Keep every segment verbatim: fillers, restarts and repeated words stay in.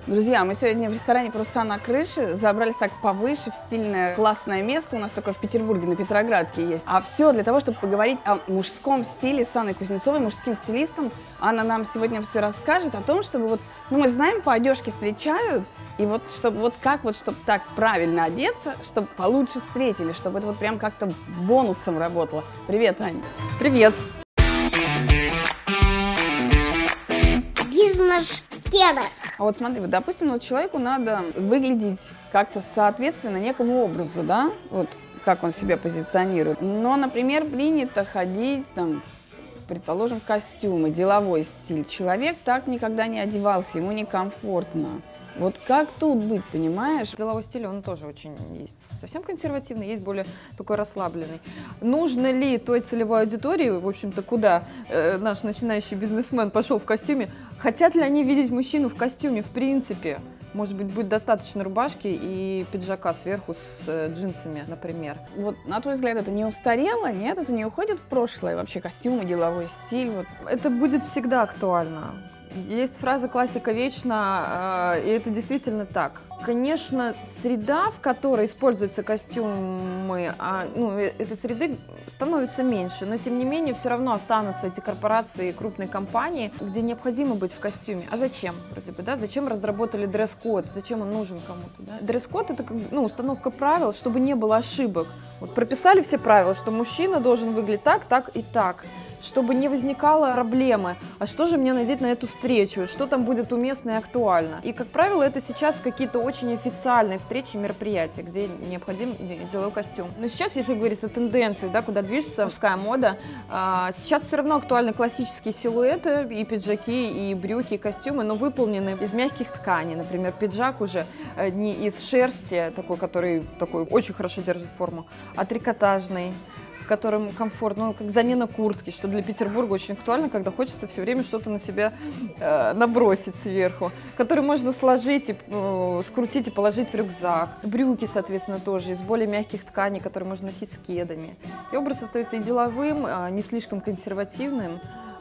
Друзья, мы сегодня в ресторане «Паруса на крыше», забрались так повыше, в стильное, классное место. У нас такое в Петербурге, на Петроградке есть. А все для того, чтобы поговорить о мужском стиле с Анной Кузнецовой, мужским стилистом. Анна нам сегодня все расскажет о том, чтобы вот, ну мы же знаем, по одежке встречают, и вот чтобы вот как вот, чтобы так правильно одеться, чтобы получше встретили, чтобы это вот прям как-то бонусом работало. Привет, Аня. Привет. Бизнес-тема. А вот смотри, вот, допустим, вот человеку надо выглядеть как-то соответственно некому образу, да, вот как он себя позиционирует. Но, например, принято ходить, там, предположим, в костюмы, деловой стиль. Человек так никогда не одевался, ему некомфортно. Вот как тут быть, понимаешь? Деловой стиль, он тоже очень есть совсем консервативный, есть более такой расслабленный. Нужно ли той целевой аудитории, в общем-то, куда э, наш начинающий бизнесмен пошел в костюме, хотят ли они видеть мужчину в костюме, в принципе? Может быть, будет достаточно рубашки и пиджака сверху с э, джинсами, например. Вот, на твой взгляд, это не устарело, нет? Это не уходит в прошлое? Вообще костюмы, деловой стиль? Вот. Это будет всегда актуально. Есть фраза «классика вечна», и это действительно так. Конечно, среда, в которой используются костюмы, ну, этой среды становится меньше, но тем не менее все равно останутся эти корпорации, крупные компании, где необходимо быть в костюме. А зачем? Вроде бы, да? Зачем разработали дресс-код? Зачем он нужен кому-то? Да? Дресс-код – это как, ну, установка правил, чтобы не было ошибок. Вот прописали все правила, что мужчина должен выглядеть так, так и так, чтобы не возникало проблемы. А что же мне надеть на эту встречу? Что там будет уместно и актуально? И, как правило, это сейчас какие-то очень официальные встречи, мероприятия, где необходим деловой костюм. Но сейчас, если говорить о тенденции, да, куда движется мужская мода, сейчас все равно актуальны классические силуэты, и пиджаки, и брюки, и костюмы, но выполнены из мягких тканей. Например, пиджак уже не из шерсти, такой, который такой очень хорошо держит форму, а трикотажный, в котором комфортно, ну, как замена куртки, что для Петербурга очень актуально, когда хочется все время что-то на себя э, набросить сверху, который можно сложить, и, э, скрутить и положить в рюкзак. Брюки, соответственно, тоже из более мягких тканей, которые можно носить с кедами. И образ остается и деловым, э, не слишком консервативным,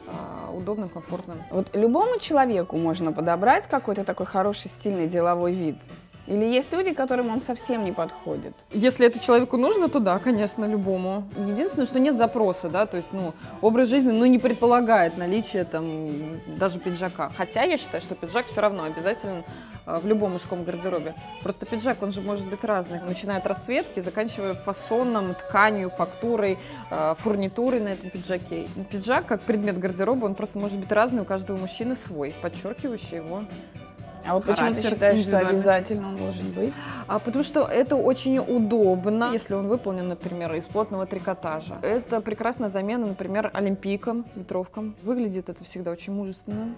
э, удобным, комфортным. Вот любому человеку можно подобрать какой-то такой хороший, стильный деловой вид? Или есть люди, которым он совсем не подходит? Если это человеку нужно, то да, конечно, любому. Единственное, что нет запроса, да, то есть, ну, образ жизни, ну, не предполагает наличие там даже пиджака. Хотя я считаю, что пиджак все равно обязателен э, в любом мужском гардеробе. Просто пиджак, он же может быть разный, начиная от расцветки, заканчивая фасоном, тканью, фактурой, э, фурнитурой на этом пиджаке. Пиджак, как предмет гардероба, он просто может быть разный, у каждого мужчины свой, подчеркивающий его. А вот почему ты считаешь, что обязательно он должен быть? А потому что это очень удобно, если он выполнен, например, из плотного трикотажа. Это прекрасная замена, например, олимпийкам, ветровкам. Выглядит это всегда очень мужественно.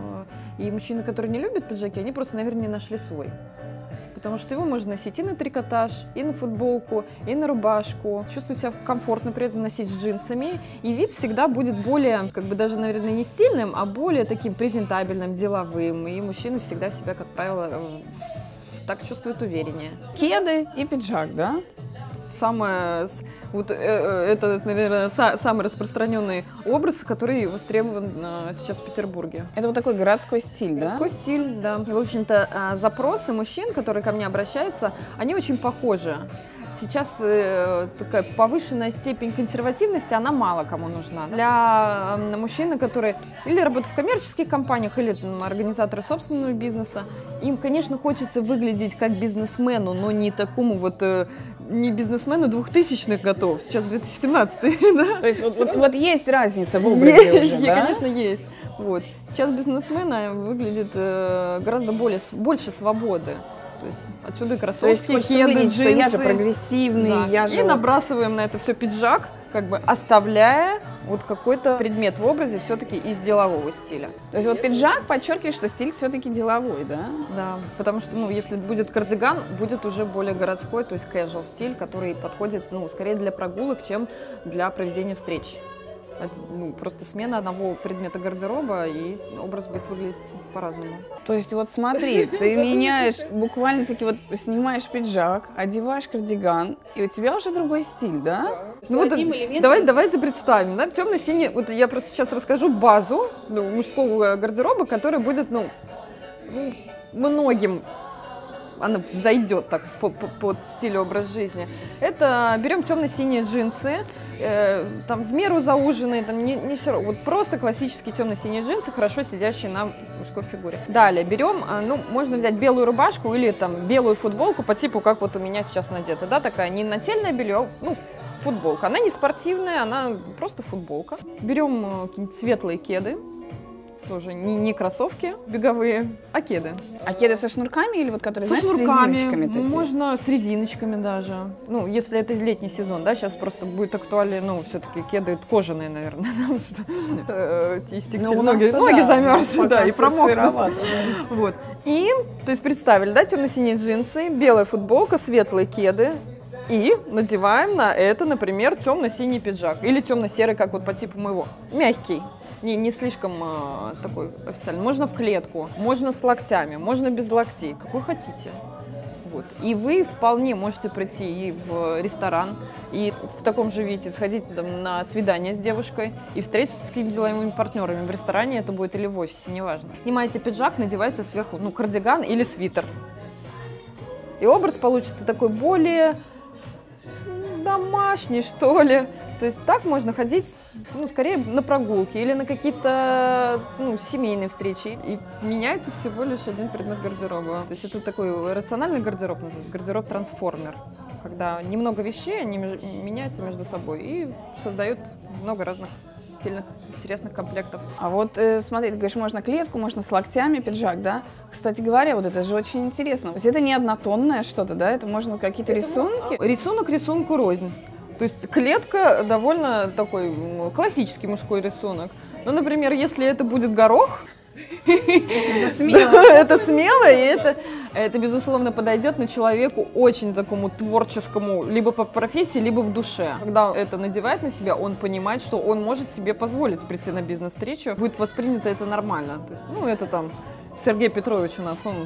И мужчины, которые не любят пиджаки, они просто, наверное, не нашли свой. Потому что его можно носить и на трикотаж, и на футболку, и на рубашку. Чувствовать себя комфортно при этом носить с джинсами. И вид всегда будет более, как бы даже, наверное, не стильным, а более таким презентабельным, деловым. И мужчины всегда себя, как правило, так чувствуют увереннее. Кеды и пиджак, да? Самое, вот, э, это, наверное, са, самый распространенный образ, который востребован э, сейчас в Петербурге. Это вот такой городской стиль, да? Городской стиль, да. И, в общем-то, э, запросы мужчин, которые ко мне обращаются, они очень похожи. Сейчас э, такая повышенная степень консервативности, она мало кому нужна. Для э, мужчины, которые или работают в коммерческих компаниях, или там, организаторы собственного бизнеса, им, конечно, хочется выглядеть как бизнесмену, но не такому вот... Э, не бизнесмену двухтысячных готов, сейчас две тысячи семнадцатый, да? То есть вот, вот, вот есть разница в образе есть, уже, да? Конечно, есть. Вот. Сейчас бизнесмена выглядит э, гораздо более, больше свободы. То есть отсюда и кроссовки, кеды, джинсы. Я же прогрессивный, да. я же... И набрасываем на это все пиджак, как бы оставляя вот какой-то предмет в образе все-таки из делового стиля. То есть вот пиджак подчеркивает, что стиль все-таки деловой, да? Да, потому что, ну, если будет кардиган, будет уже более городской, то есть casual стиль, который подходит, ну, скорее для прогулок, чем для проведения встреч. Это, ну, просто смена одного предмета гардероба, и образ будет выглядеть по-разному. То есть вот смотри, ты меняешь, буквально-таки вот снимаешь пиджак, одеваешь кардиган, и у тебя уже другой стиль, да? Ну, вот, давай, давайте представим, да, темно-синий, вот я просто сейчас расскажу базу, ну, мужского гардероба, который будет, ну, ну многим она зайдет так по, по, под стиль образ жизни. Это берем темно-синие джинсы, э, там в меру зауженные, там не, не все, вот просто классические темно-синие джинсы, хорошо сидящие на мужской фигуре. Далее берем, ну, можно взять белую рубашку или там белую футболку по типу, как вот у меня сейчас надета, да, такая не нательное белье, ну, футболка. Она не спортивная, она просто футболка. Берем какие-нибудь светлые кеды. Тоже не, не кроссовки беговые, а кеды. А кеды со шнурками или вот которые, со знаешь, шнурками, с резиночками такие? Можно с резиночками даже. Ну, если это летний сезон, да, сейчас просто будет актуально, ну, все-таки кеды кожаные, наверное, потому что тестик, ноги замерзли, да, и промокнут. Вот. И, то есть представили, да, темно-синие джинсы, белая футболка, светлые кеды. И надеваем на это, например, темно-синий пиджак или темно-серый, как вот по типу моего. Мягкий. Не, не слишком а, такой официальный. Можно в клетку, можно с локтями, можно без локтей, какой хотите. Вот. И вы вполне можете прийти и в ресторан, и в таком же виде сходить там, на свидание с девушкой и встретиться с какими-то деловыми партнерами. В ресторане это будет или в офисе, неважно. Снимаете пиджак, надеваете сверху ну, кардиган или свитер. И образ получится такой более домашний, что ли. То есть так можно ходить, ну, скорее на прогулки или на какие-то ну, семейные встречи. И меняется всего лишь один предмет гардероба. То есть это такой рациональный гардероб, называется, гардероб-трансформер. Когда немного вещей, они меняются между собой и создают много разных стильных, интересных комплектов. А вот э, смотри, ты говоришь, можно клетку, можно с локтями пиджак, да? Кстати говоря, вот это же очень интересно. То есть это не однотонное что-то, да? Это можно какие-то рисунки? Рисунок рисунку рознь. То есть клетка довольно такой классический мужской рисунок. Ну, например, если это будет горох, это смело. Это смело, и это, это, безусловно, подойдет на человеку очень такому творческому, либо по профессии, либо в душе. Когда это надевает на себя, он понимает, что он может себе позволить прийти на бизнес-встречу, будет воспринято это нормально. То есть, ну, это там Сергей Петрович у нас, он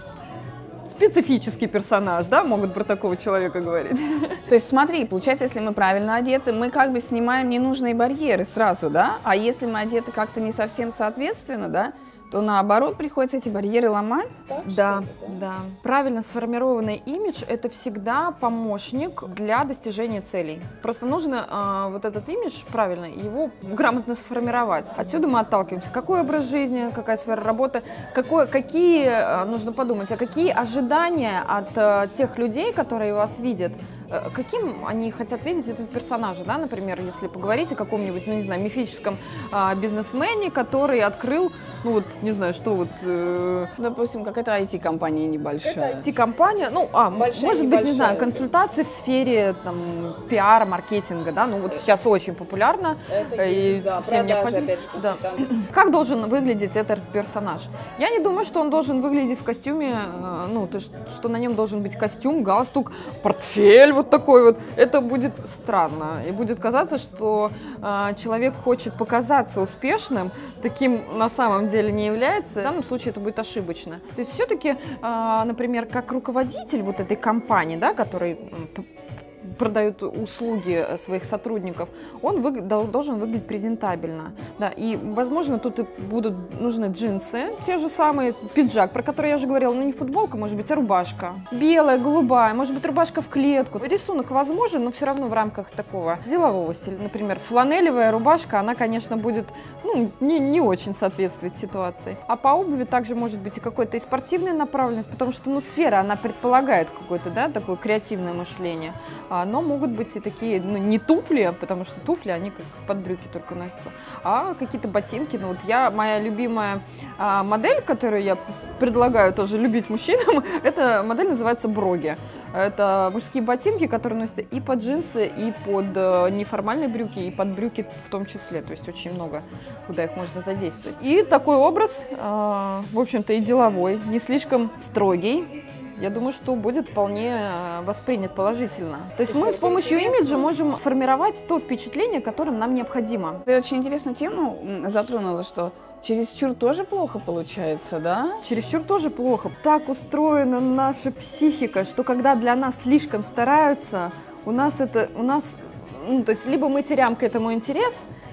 специфический персонаж, да, могут про такого человека говорить. То есть смотри, получается, если мы правильно одеты, мы как бы снимаем ненужные барьеры сразу, да? А если мы одеты как-то не совсем соответственно, да, то наоборот приходится эти барьеры ломать? Да, да. Правильно сформированный имидж – это всегда помощник для достижения целей. Просто нужно э, вот этот имидж правильно, его грамотно сформировать. Отсюда мы отталкиваемся. Какой образ жизни, какая сфера работы, какой, какие, э, нужно подумать, а какие ожидания от э, тех людей, которые вас видят, каким они хотят видеть этого персонажа, да, например, если поговорить о каком-нибудь, ну, не знаю, мифическом а, бизнесмене, который открыл, ну, вот, не знаю, что вот... Э... Допустим, какая-то ай ти-компания небольшая. ай ти-компания, ну, а, большая, может быть, не знаю, консультации в сфере, там, пиара, маркетинга, да, ну, вот это, сейчас очень популярно. Это и да, всем необходимо. Да. Как должен выглядеть этот персонаж? Я не думаю, что он должен выглядеть в костюме, ну, то, что на нем должен быть костюм, галстук, портфель, вот такой вот, это будет странно. И будет казаться, что э, человек хочет показаться успешным, таким на самом деле не является. В данном случае это будет ошибочно. То есть все-таки, э, например, как руководитель вот этой компании, да, который э, продают услуги своих сотрудников, он вы, должен выглядеть презентабельно. Да, и, возможно, тут и будут нужны джинсы, те же самые, пиджак, про который я уже говорила, ну не футболка, может быть, а рубашка. Белая, голубая, может быть, рубашка в клетку. Рисунок возможен, но все равно в рамках такого делового стиля. Например, фланелевая рубашка, она, конечно, будет ну, не, не очень соответствовать ситуации. А по обуви также может быть и какой-то и спортивная направленность, потому что ну, сфера, она предполагает какое-то, да, такое креативное мышление. Но могут быть и такие, ну, не туфли, потому что туфли, они как под брюки только носятся, а какие-то ботинки. Ну, вот я, моя любимая а, модель, которую я предлагаю тоже любить мужчинам, эта модель называется броги. Это мужские ботинки, которые носятся и под джинсы, и под э, неформальные брюки, и под брюки в том числе. То есть очень много, куда их можно задействовать. И такой образ, э, в общем-то, и деловой, не слишком строгий. Я думаю, что будет вполне воспринят положительно. То есть мы с помощью имиджа можем формировать то впечатление, которое нам необходимо. Ты очень интересную тему затронула, что чересчур тоже плохо получается, да? Чересчур тоже плохо. Так устроена наша психика, что когда для нас слишком стараются, у нас это, у нас, ну, то есть либо мы теряем к этому интерес,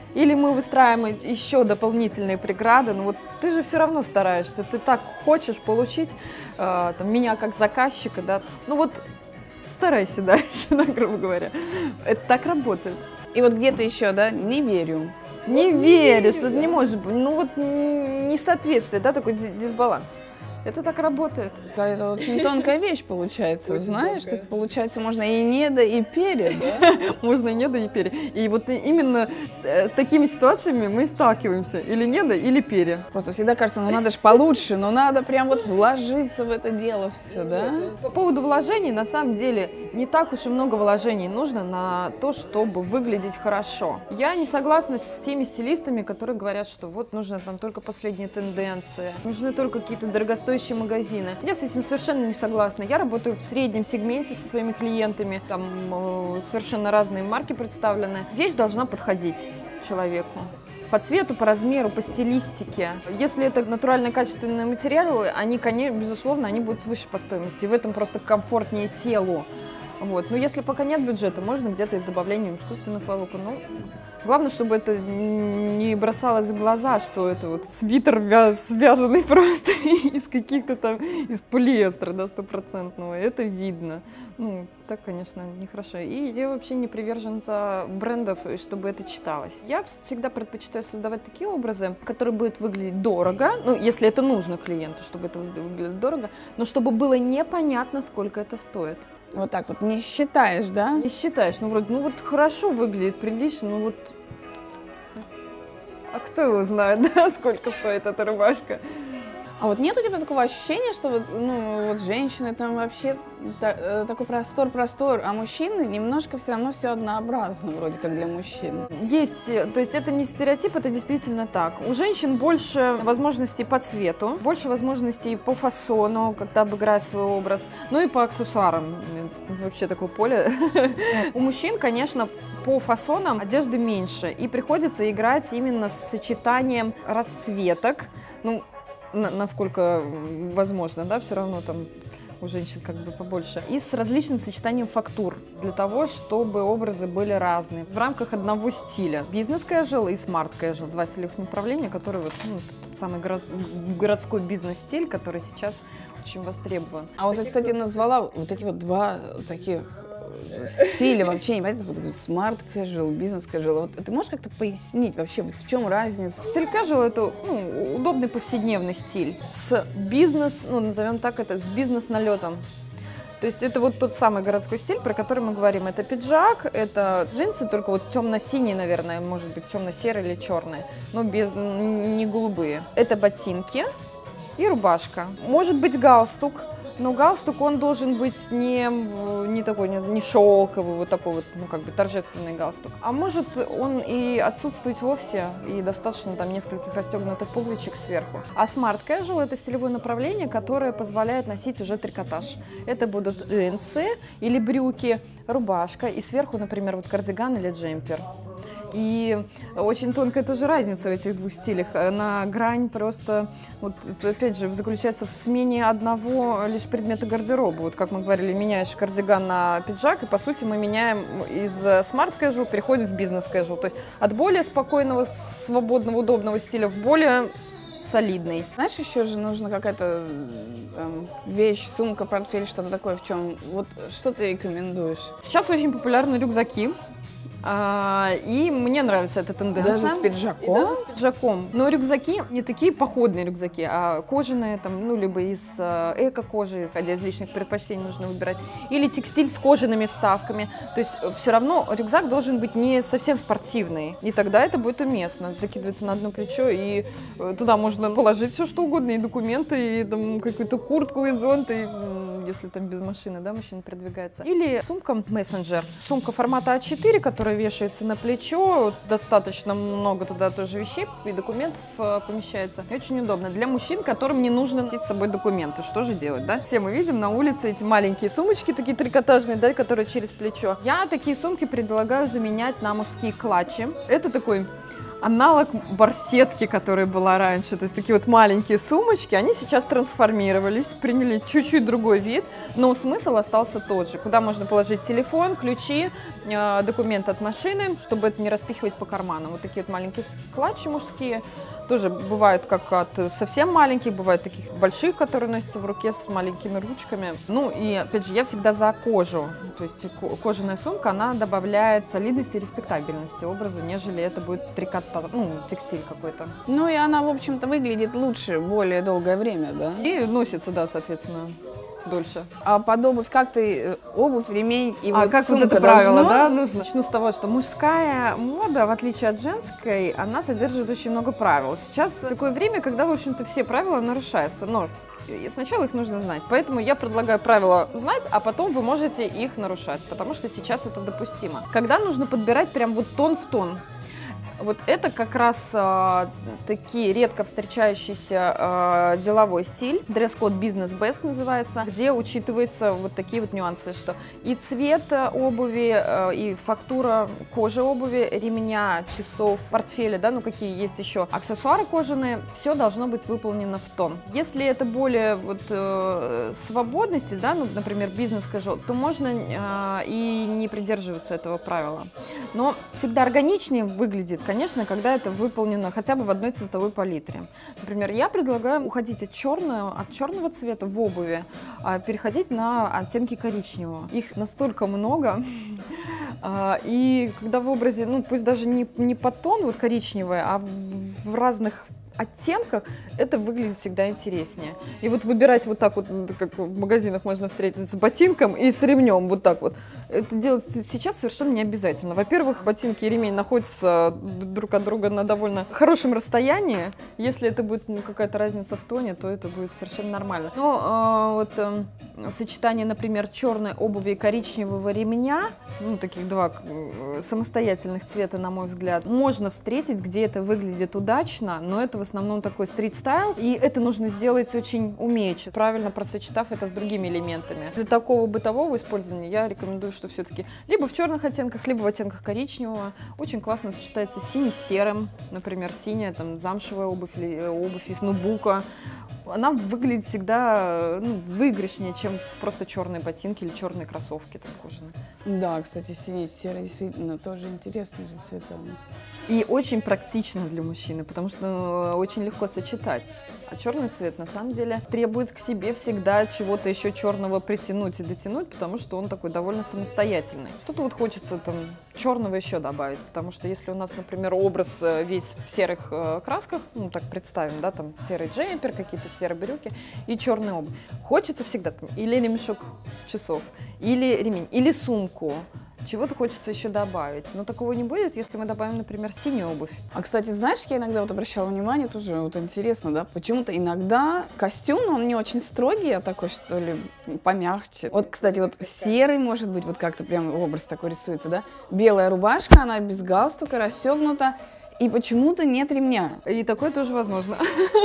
или мы выстраиваем еще дополнительные преграды. Ну вот ты же все равно стараешься, ты так хочешь получить э, там, меня как заказчика, да, ну вот старайся дальше, да, грубо говоря. Это так работает. И вот где-то еще, да, не верю. Не вот веришь, что это не может быть, ну вот несоответствие, да, такой дисбаланс. Это так работает. Да, это очень тонкая вещь получается, очень знаешь, тонкая. То есть получается можно и недо, и перед, да? Можно и недо, и перед. И вот именно с такими ситуациями мы сталкиваемся. Или недо, или пере. Просто всегда кажется, ну надо же получше, но надо прям вот вложиться в это дело все, да? По поводу вложений, на самом деле, не так уж и много вложений нужно на то, чтобы выглядеть хорошо. Я не согласна с теми стилистами, которые говорят, что вот нужно там только последние тенденции, нужны только какие-то дорогостоящие магазины. Я с этим совершенно не согласна. Я работаю в среднем сегменте со своими клиентами. Там э, совершенно разные марки представлены. Вещь должна подходить человеку. По цвету, по размеру, по стилистике. Если это натуральные качественные материалы, они, конечно, безусловно, они будут свыше по стоимости. И в этом просто комфортнее телу. Вот. Но если пока нет бюджета, можно где-то и с добавлением искусственных волокон. Ну, главное, чтобы это не бросалось в глаза, что это вот свитер связанный просто из каких-то там, из полиэстера, да, стопроцентного. Это видно. Ну, так, конечно, нехорошо. И я вообще не приверженца брендов, чтобы это читалось. Я всегда предпочитаю создавать такие образы, которые будут выглядеть дорого, ну, если это нужно клиенту, чтобы это выглядело дорого, но чтобы было непонятно, сколько это стоит. Вот так вот не считаешь, да? Не считаешь, ну вроде, ну вот хорошо выглядит, прилично, ну вот, а кто его знает, да, сколько стоит эта рубашка? А вот нет у тебя такого ощущения, что вот, ну, вот женщины там вообще та, такой простор-простор, а мужчины немножко все равно все однообразно, вроде как для мужчин? Есть, то есть это не стереотип, это действительно так. У женщин больше возможностей по цвету, больше возможностей по фасону, когда обыграть свой образ, ну и по аксессуарам, вообще такое поле. У мужчин, конечно, по фасонам одежды меньше, и приходится играть именно с сочетанием расцветок, ну, насколько возможно, да, все равно там у женщин как бы побольше. И с различным сочетанием фактур, для того, чтобы образы были разные. В рамках одного стиля. Бизнес-кэжуал и смарт-кэжуал. Два стилевых направления, которые вот, ну, тот самый город, городской бизнес-стиль, который сейчас очень востребован. А вот ты, кстати, назвала вот эти вот два таких стиля вообще непонятно, вот smart casual, бизнес casual. Вот ты можешь как-то пояснить вообще, вот в чем разница? Стиль casual — это, ну, удобный повседневный стиль с бизнес, ну, назовем так это, с бизнес-налетом. То есть это вот тот самый городской стиль, про который мы говорим. Это пиджак, это джинсы, только вот темно-синий, наверное, может быть темно-серый или черный, но без, не голубые. Это ботинки и рубашка. Может быть галстук. Но галстук, он должен быть не, не такой, не, не шелковый, вот такой вот, ну, как бы торжественный галстук. А может он и отсутствовать вовсе, и достаточно там нескольких расстегнутых пуговичек сверху. А smart casual — это стилевое направление, которое позволяет носить уже трикотаж. Это будут джинсы или брюки, рубашка, и сверху, например, вот кардиган или джемпер. И очень тонкая тоже разница в этих двух стилях. На грань просто, вот, опять же, заключается в смене одного лишь предмета гардероба. Вот как мы говорили, меняешь кардиган на пиджак, и по сути мы меняем из smart casual, переходим в бизнес casual. То есть от более спокойного, свободного, удобного стиля в более солидный. Знаешь, еще же нужна какая-то там вещь, сумка, портфель, что-то такое, в чем, вот что ты рекомендуешь? Сейчас очень популярны рюкзаки. А, и мне нравится эта тенденция. Даже с пиджаком? И даже с пиджаком. Но рюкзаки не такие походные рюкзаки, а кожаные, там, ну, либо из эко-кожи, исходя из личных предпочтений, нужно выбирать. Или текстиль с кожаными вставками. То есть все равно рюкзак должен быть не совсем спортивный. И тогда это будет уместно. Закидывается на одно плечо, и туда можно положить все, что угодно, и документы, и там какую-то куртку, и зонт, и если там без машины, да, мужчина передвигается. Или сумка мессенджер. Сумка формата а четыре, которая вешается на плечо, достаточно много туда тоже вещей и документов э, помещается. И очень удобно для мужчин, которым не нужно носить с собой документы. Что же делать, да? Все мы видим на улице эти маленькие сумочки, такие трикотажные, да, которые через плечо. Я такие сумки предлагаю заменять на мужские клатчи. Это такой аналог барсетки, которая была раньше. То есть такие вот маленькие сумочки, они сейчас трансформировались, приняли чуть-чуть другой вид, но смысл остался тот же. Куда можно положить телефон, ключи, э, документы от машины, чтобы это не распихивать по карманам. Вот такие вот маленькие клатчи мужские. Тоже бывают как от совсем маленьких, бывают таких больших, которые носятся в руке с маленькими ручками. Ну и опять же, я всегда за кожу. То есть кожаная сумка, она добавляет солидности и респектабельности образу, нежели это будет трикотаж, ну, текстиль какой-то. Ну и она, в общем-то, выглядит лучше более долгое время, да? И носится, да, соответственно, дольше. А под обувь как ты, обувь, ремень и а вот как сумка вот это правило, должно? да, нужно? Начну с того, что мужская мода, в отличие от женской, она содержит очень много правил. Сейчас такое время, когда, в общем-то, все правила нарушаются, но и сначала их нужно знать. Поэтому я предлагаю правила знать, а потом вы можете их нарушать, потому что сейчас это допустимо. Когда нужно подбирать прям вот тон в тон. Вот это как раз э, такие редко встречающийся э, деловой стиль. Дресс-код Business Best называется, где учитываются вот такие вот нюансы, что и цвет обуви, э, и фактура кожи обуви, ремня, часов, портфеля, да, ну какие есть еще аксессуары кожаные, все должно быть выполнено в тон. Если это более вот э, свободности, да, ну, например, бизнес-кажуал, то можно э, и не придерживаться этого правила. Но всегда органичнее выглядит, конечно, когда это выполнено хотя бы в одной цветовой палитре. Например, я предлагаю уходить от черного, от черного цвета в обуви, а переходить на оттенки коричневого. Их настолько много. И когда в образе, ну пусть даже не, не под тон вот коричневый, а в разных оттенках, это выглядит всегда интереснее. И вот выбирать вот так вот, как в магазинах можно встретить, с ботинком и с ремнем, вот так вот. Это делать сейчас совершенно не обязательно. Во-первых, ботинки и ремень находятся друг от друга на довольно хорошем расстоянии. Если это будет ну, какая-то разница в тоне, то это будет совершенно нормально. Но э, вот э, сочетание, например, черной обуви и коричневого ремня, ну, таких два э, самостоятельных цвета, на мой взгляд, можно встретить, где это выглядит удачно, но это в основном такой стрит-стайл, и это нужно сделать очень умеючи, правильно просочетав это с другими элементами. Для такого бытового использования я рекомендую, что все-таки либо в черных оттенках, либо в оттенках коричневого. Очень классно сочетается синий с серым, например, синяя там замшевая обувь или обувь из нубука. Она выглядит всегда ну, выигрышнее, чем просто черные ботинки или черные кроссовки там, кожаные. Да, кстати, синий с серый действительно тоже интересные же цвета. И очень практично для мужчины, потому что ну, очень легко сочетать. А черный цвет, на самом деле, требует к себе всегда чего-то еще черного притянуть и дотянуть, потому что он такой довольно самостоятельный. Что-то вот хочется там черного еще добавить, потому что если у нас, например, образ весь в серых э, красках, ну так представим, да, там серый джемпер, какие-то серые брюки и черный обувь, хочется всегда там или ремешок часов, или ремень, или сумку. Чего-то хочется еще добавить. Но такого не будет, если мы добавим, например, синюю обувь. А, кстати, знаешь, я иногда вот обращала внимание, тоже вот интересно, да, почему-то иногда костюм, но он не очень строгий, а такой, что ли, помягче. Вот, кстати, вот серый, может быть, вот как-то прям образ такой рисуется, да. Белая рубашка, она без галстука, расстегнута, и почему-то нет ремня. И такое тоже возможно.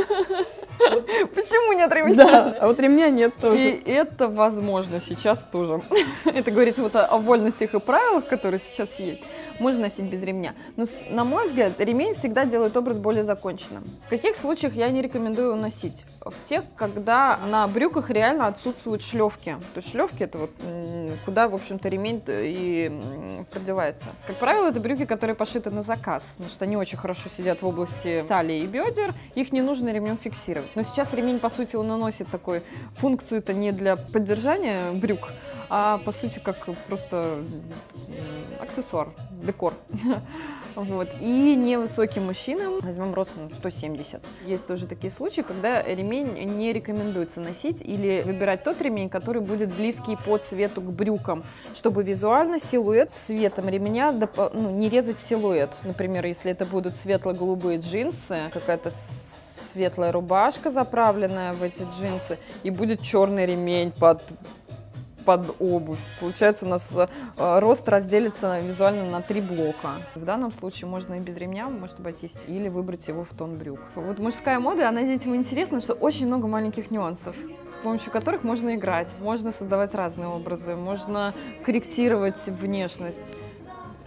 Почему нет ремня? Да, а вот ремня нет тоже. И это возможно сейчас тоже. Это говорится вот о, о вольностях и правилах, которые сейчас есть. Можно носить без ремня. Но, на мой взгляд, ремень всегда делает образ более законченным. В каких случаях я не рекомендую его носить? В тех, когда на брюках реально отсутствуют шлевки. То есть шлевки — это вот куда, в общем-то, ремень и продевается. Как правило, это брюки, которые пошиты на заказ, потому что они очень хорошо сидят в области талии и бедер, их не нужно ремнем фиксировать. Но сейчас ремень, по сути, он наносит такую функцию-то не для поддержания брюк, а по сути как просто аксессуар, декор. Вот. И невысоким мужчинам, возьмем рост сто семьдесят. Есть тоже такие случаи, когда ремень не рекомендуется носить или выбирать тот ремень, который будет близкий по цвету к брюкам, чтобы визуально силуэт цветом ремня ну, не резать силуэт. Например, если это будут светло-голубые джинсы, какая-то светлая рубашка, заправленная в эти джинсы, и будет черный ремень под под обувь. Получается, у нас э, рост разделится визуально на три блока. В данном случае можно и без ремня, может обойтись, или выбрать его в тон брюк. Вот мужская мода, она этим интересна, что очень много маленьких нюансов, с помощью которых можно играть, можно создавать разные образы, можно корректировать внешность.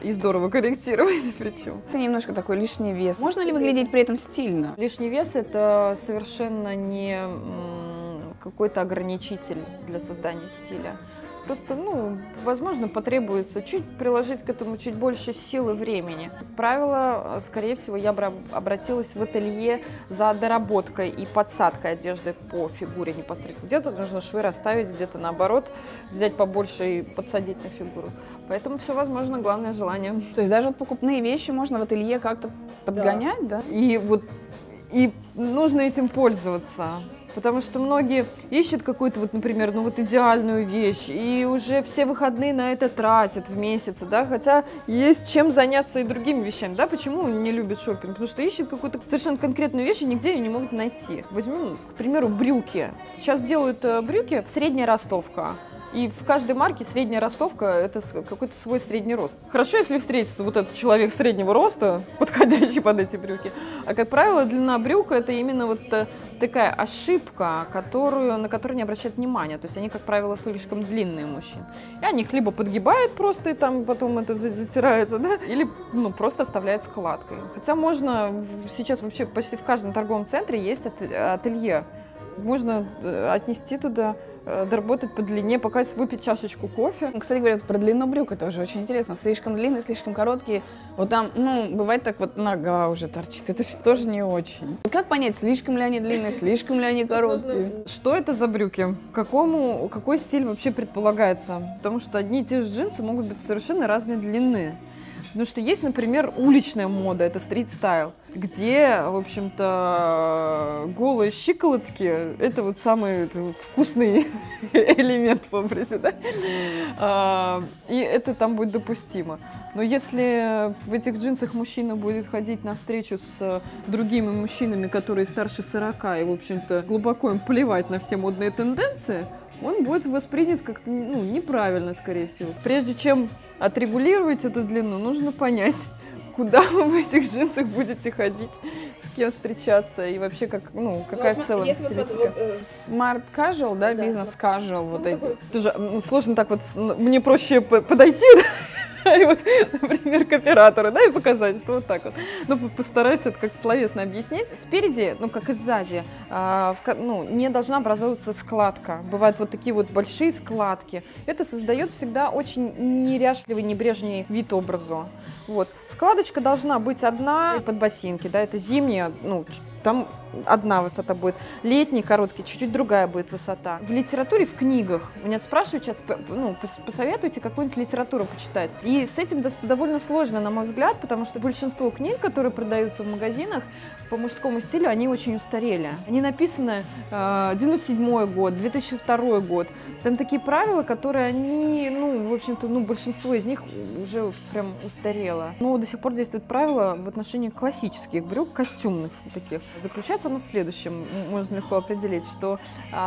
И здорово корректировать причем. Это немножко такой лишний вес. Можно ли выглядеть при этом стильно? Лишний вес – это совершенно не какой-то ограничитель для создания стиля. Просто, ну, возможно, потребуется чуть приложить к этому чуть больше сил и времени. Как правило, скорее всего, я бы обратилась в ателье за доработкой и подсадкой одежды по фигуре непосредственно. Где-то нужно швы расставить, где-то наоборот, взять побольше и подсадить на фигуру. Поэтому все возможно, главное желание. То есть даже вот покупные вещи можно в ателье как-то подгонять, да? да? И вот и нужно этим пользоваться. Потому что многие ищут какую-то, вот, например, ну вот идеальную вещь, и уже все выходные на это тратят в месяц, да, хотя есть чем заняться и другими вещами, да, почему не любят шопинг? Потому что ищут какую-то совершенно конкретную вещь и нигде ее не могут найти. Возьмем, к примеру, брюки. Сейчас делают брюки средняя ростовка. И в каждой марке средняя ростовка – это какой-то свой средний рост. Хорошо, если встретится вот этот человек среднего роста, подходящий под эти брюки. А, как правило, длина брюка – это именно вот такая ошибка, которую, на которую не обращают внимания. То есть они, как правило, слишком длинные мужчин. И они их либо подгибают просто, и там потом это затирается, да, или ну, просто оставляют складкой. Хотя можно сейчас вообще почти в каждом торговом центре есть ателье. Можно отнести туда, доработать по длине, пока выпить чашечку кофе. Кстати, говорят, про длину брюк это уже очень интересно. Слишком длинные, слишком короткие. Вот там, ну, бывает так вот нога уже торчит. Это же тоже не очень. Как понять, слишком ли они длинные, слишком ли они короткие? Что это за брюки? Какому, какой стиль вообще предполагается? Потому что одни и те же джинсы могут быть совершенно разной длины. Потому что есть, например, уличная мода, это стрит-стайл, где, в общем-то, голые щиколотки – это вот самый это, вкусный элемент в образе, да? А, и это там будет допустимо. Но если в этих джинсах мужчина будет ходить на встречу с другими мужчинами, которые старше сорока, и, в общем-то, глубоко им плевать на все модные тенденции, он будет воспринят как-то ну, неправильно, скорее всего. Прежде чем отрегулировать эту длину, нужно понять, куда вы в этих джинсах будете ходить, с кем встречаться и вообще как, ну, какая ну, в целом если стилистика. Вот, вот, smart casual, да, да бизнес casual, вот ну, эти. Тоже ну, сложно так вот, мне проще подойти, и вот, например, к оператору, да, и показать, что вот так вот. Ну, постараюсь это как-то словесно объяснить. Спереди, ну, как и сзади, а, в, ну, не должна образовываться складка. Бывают вот такие вот большие складки. Это создает всегда очень неряшливый, небрежный вид образу. Вот. Складочка должна быть одна под ботинки, да, это зимняя, ну, там одна высота будет. Летний, короткий, чуть-чуть другая будет высота. В литературе, в книгах, меня спрашивают сейчас, ну, посоветуйте какую-нибудь литературу почитать. И с этим довольно сложно, на мой взгляд, потому что большинство книг, которые продаются в магазинах по мужскому стилю, они очень устарели. Они написаны э, девяносто седьмой год, две тысячи второй год. Там такие правила, которые они, ну, в общем-то, ну, большинство из них уже прям устарело. Но до сих пор действуют правила в отношении классических брюк, костюмных таких. Заключается оно в следующем, можно легко определить, что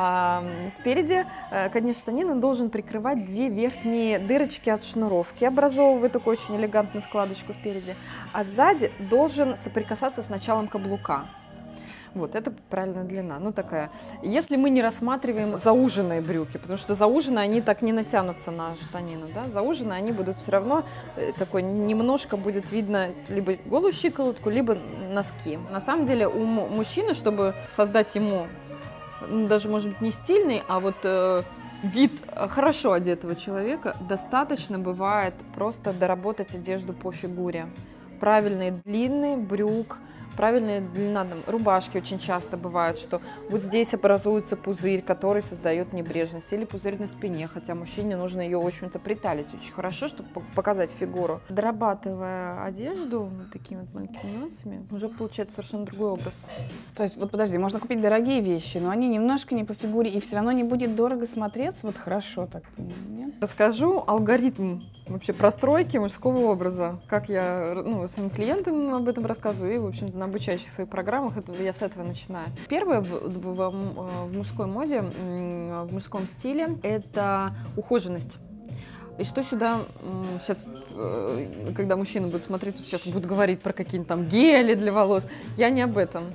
э, спереди, э, конечно, штанина должен прикрывать две верхние дырочки от шнуровки, образовывая такую очень элегантную складочку впереди, а сзади должен соприкасаться с началом каблука. Вот, это правильная длина, ну такая. Если мы не рассматриваем зауженные брюки, потому что зауженные они так не натянутся на штанину, да, зауженные они будут все равно, такой немножко будет видно либо голую щиколотку, либо носки. На самом деле у мужчины, чтобы создать ему, ну, даже может быть не стильный, а вот э, вид хорошо одетого человека, достаточно бывает просто доработать одежду по фигуре. Правильные длины брюк, правильная длина там, рубашки очень часто бывает, что вот здесь образуется пузырь, который создает небрежность, или пузырь на спине, хотя мужчине нужно ее, в общем-то, приталить очень хорошо, чтобы показать фигуру. Дорабатывая одежду такими вот маленькими нюансами, уже получается совершенно другой образ. То есть, вот подожди, можно купить дорогие вещи, но они немножко не по фигуре, и все равно не будет дорого смотреться, вот хорошо так, нет? Расскажу алгоритм вообще простройки мужского образа, как я ну, своим клиентам об этом рассказываю и, в общем-то, на обучающих своих программах это, я с этого начинаю. Первое в, в, в, в мужской моде, в мужском стиле – это ухоженность. И что сюда сейчас, когда мужчина будет смотреть, сейчас будут говорить про какие-то там гели для волос, я не об этом.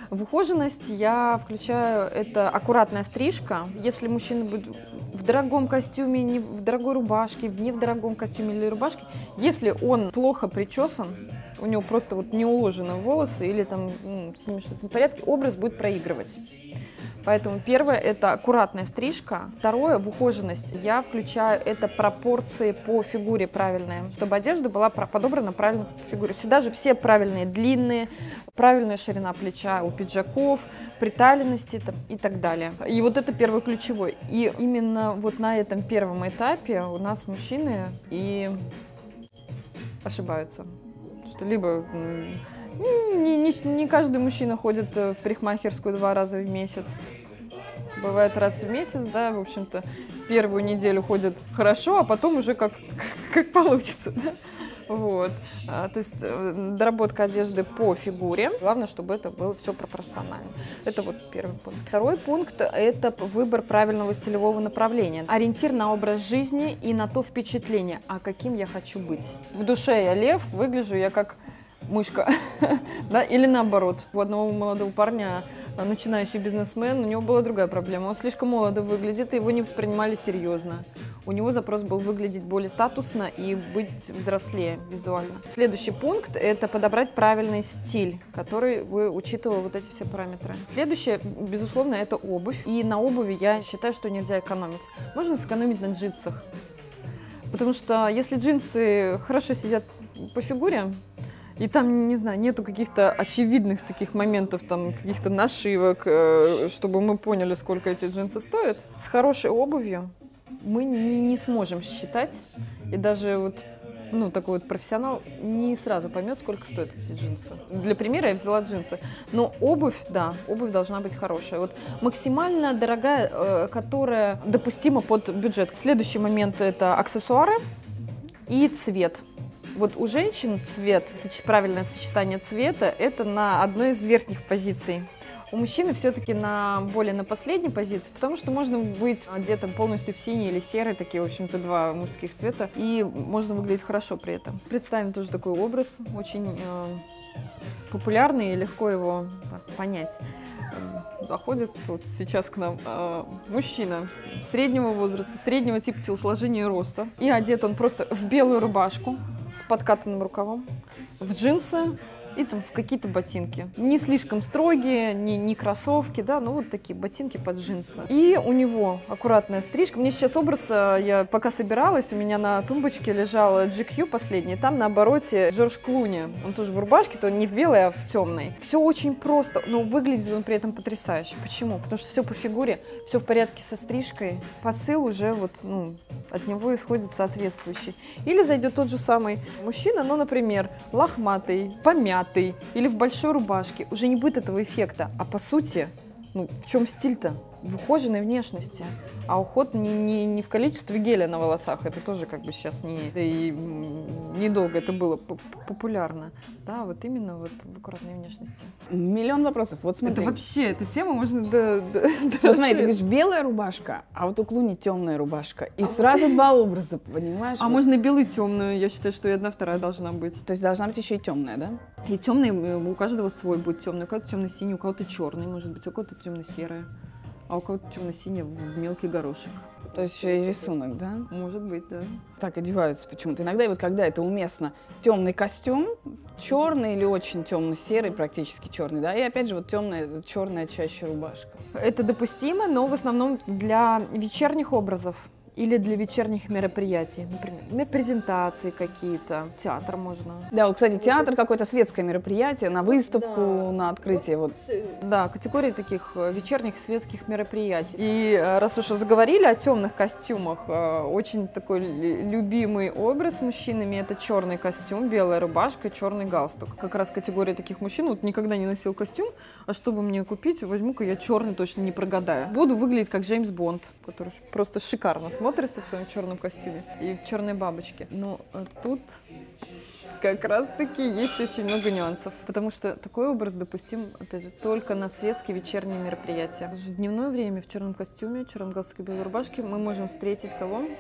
В ухоженность я включаю это аккуратная стрижка. Если мужчина будет в дорогом костюме, не в дорогой рубашке, не в дорогом костюме или рубашке, если он плохо причесан, у него просто вот не уложены волосы или там ну, с ними что-то не в порядке, образ будет проигрывать. Поэтому первое – это аккуратная стрижка. Второе – в ухоженность я включаю это пропорции по фигуре правильные, чтобы одежда была подобрана правильно по фигуре. Сюда же все правильные длинные, правильная ширина плеча у пиджаков, приталенности и так далее. И вот это первый ключевой. И именно вот на этом первом этапе у нас мужчины и ошибаются. Что либо не, не, не каждый мужчина ходит в парикмахерскую два раза в месяц. Бывает раз в месяц, да, в общем-то, первую неделю ходят хорошо, а потом уже как, как получится, да? Вот. А, то есть доработка одежды по фигуре. Главное, чтобы это было все пропорционально. Это вот первый пункт. Второй пункт – это выбор правильного стилевого направления. Ориентир на образ жизни и на то впечатление, а каким я хочу быть. В душе я лев, выгляжу я как мышка, да, или наоборот. У одного молодого парня, начинающий бизнесмен, у него была другая проблема. Он слишком молодо выглядит, и его не воспринимали серьезно. У него запрос был выглядеть более статусно и быть взрослее визуально. Следующий пункт – это подобрать правильный стиль, который вы учитывая вот эти все параметры. Следующее, безусловно, это обувь. И на обуви я считаю, что нельзя экономить. Можно сэкономить на джинсах. Потому что если джинсы хорошо сидят по фигуре, и там, не знаю, нету каких-то очевидных таких моментов, там, каких-то нашивок, э, чтобы мы поняли, сколько эти джинсы стоят. С хорошей обувью мы не, не сможем считать, и даже вот, ну, такой вот профессионал не сразу поймет, сколько стоят эти джинсы. Для примера я взяла джинсы. Но обувь, да, обувь должна быть хорошая. Вот максимально дорогая, э, которая допустима под бюджет. Следующий момент – это аксессуары и цвет. Вот у женщин цвет, правильное сочетание цвета – это на одной из верхних позиций. У мужчины все-таки на более на последней позиции, потому что можно быть одетым полностью в синий или серый, такие, в общем-то, два мужских цвета, и можно выглядеть хорошо при этом. Представим тоже такой образ, очень э, популярный и легко его понять. Заходит вот сейчас к нам э, мужчина среднего возраста, среднего типа телосложения и роста, и одет он просто в белую рубашку с подкатанным рукавом, в джинсы и там в какие-то ботинки. Не слишком строгие, не, не кроссовки, да, но вот такие ботинки под джинсы. И у него аккуратная стрижка. Мне сейчас образ, я пока собиралась, у меня на тумбочке лежал джи кью последний, там на обороте Джордж Клуни. Он тоже в рубашке, то не в белой, а в темной. Все очень просто, но выглядит он при этом потрясающе. Почему? Потому что все по фигуре, все в порядке со стрижкой. Посыл уже вот, ну, от него исходит соответствующий. Или зайдет тот же самый мужчина, ну, например, лохматый, помятый, или в большой рубашке, уже не будет этого эффекта. А по сути, ну, в чем стиль-то? В ухоженной внешности. А уход не, не, не в количестве геля на волосах, это тоже как бы сейчас не, и недолго это было популярно. Да, вот именно вот в аккуратной внешности. Миллион вопросов. Вот смотри. Это вообще, эта тема можно до, до, вот смотри, ты говоришь, белая рубашка, а вот у Клуни темная рубашка. И а сразу вот... два образа, понимаешь? А вот. Можно и белую, и темную. Я считаю, что и одна, вторая должна быть. То есть должна быть еще и темная, да? И темный, у каждого свой будет темный. У кого-то темно-синий, у кого-то черный, может быть, у кого-то темно-серая. А у кого-то темно-синий в мелкий горошек. То есть еще и рисунок, да? Может быть, да. Так одеваются почему-то. Иногда, и вот когда это уместно, темный костюм, черный или очень темно-серый, практически черный, да, и опять же вот темная, черная чаще рубашка. Это допустимо, но в основном для вечерних образов. Или для вечерних мероприятий, например, презентации какие-то, театр можно. Да, вот, кстати, театр какое-то светское мероприятие, на выставку, да. На открытие. Вот. Да, категории таких вечерних светских мероприятий. И раз уж заговорили о темных костюмах, очень такой любимый образ мужчинами – это черный костюм, белая рубашка, черный галстук. Как раз категория таких мужчин, вот никогда не носил костюм, а чтобы мне купить, возьму-ка я черный, точно не прогадаю. Буду выглядеть как Джеймс Бонд, который просто шикарно смотрится. Смотрится в своем черном костюме и в черной бабочке. Но тут как раз-таки есть очень много нюансов, потому что такой образ допустим, опять же, только на светские вечерние мероприятия. В дневное время в черном костюме, черном галстуке, белой рубашке мы можем встретить кого?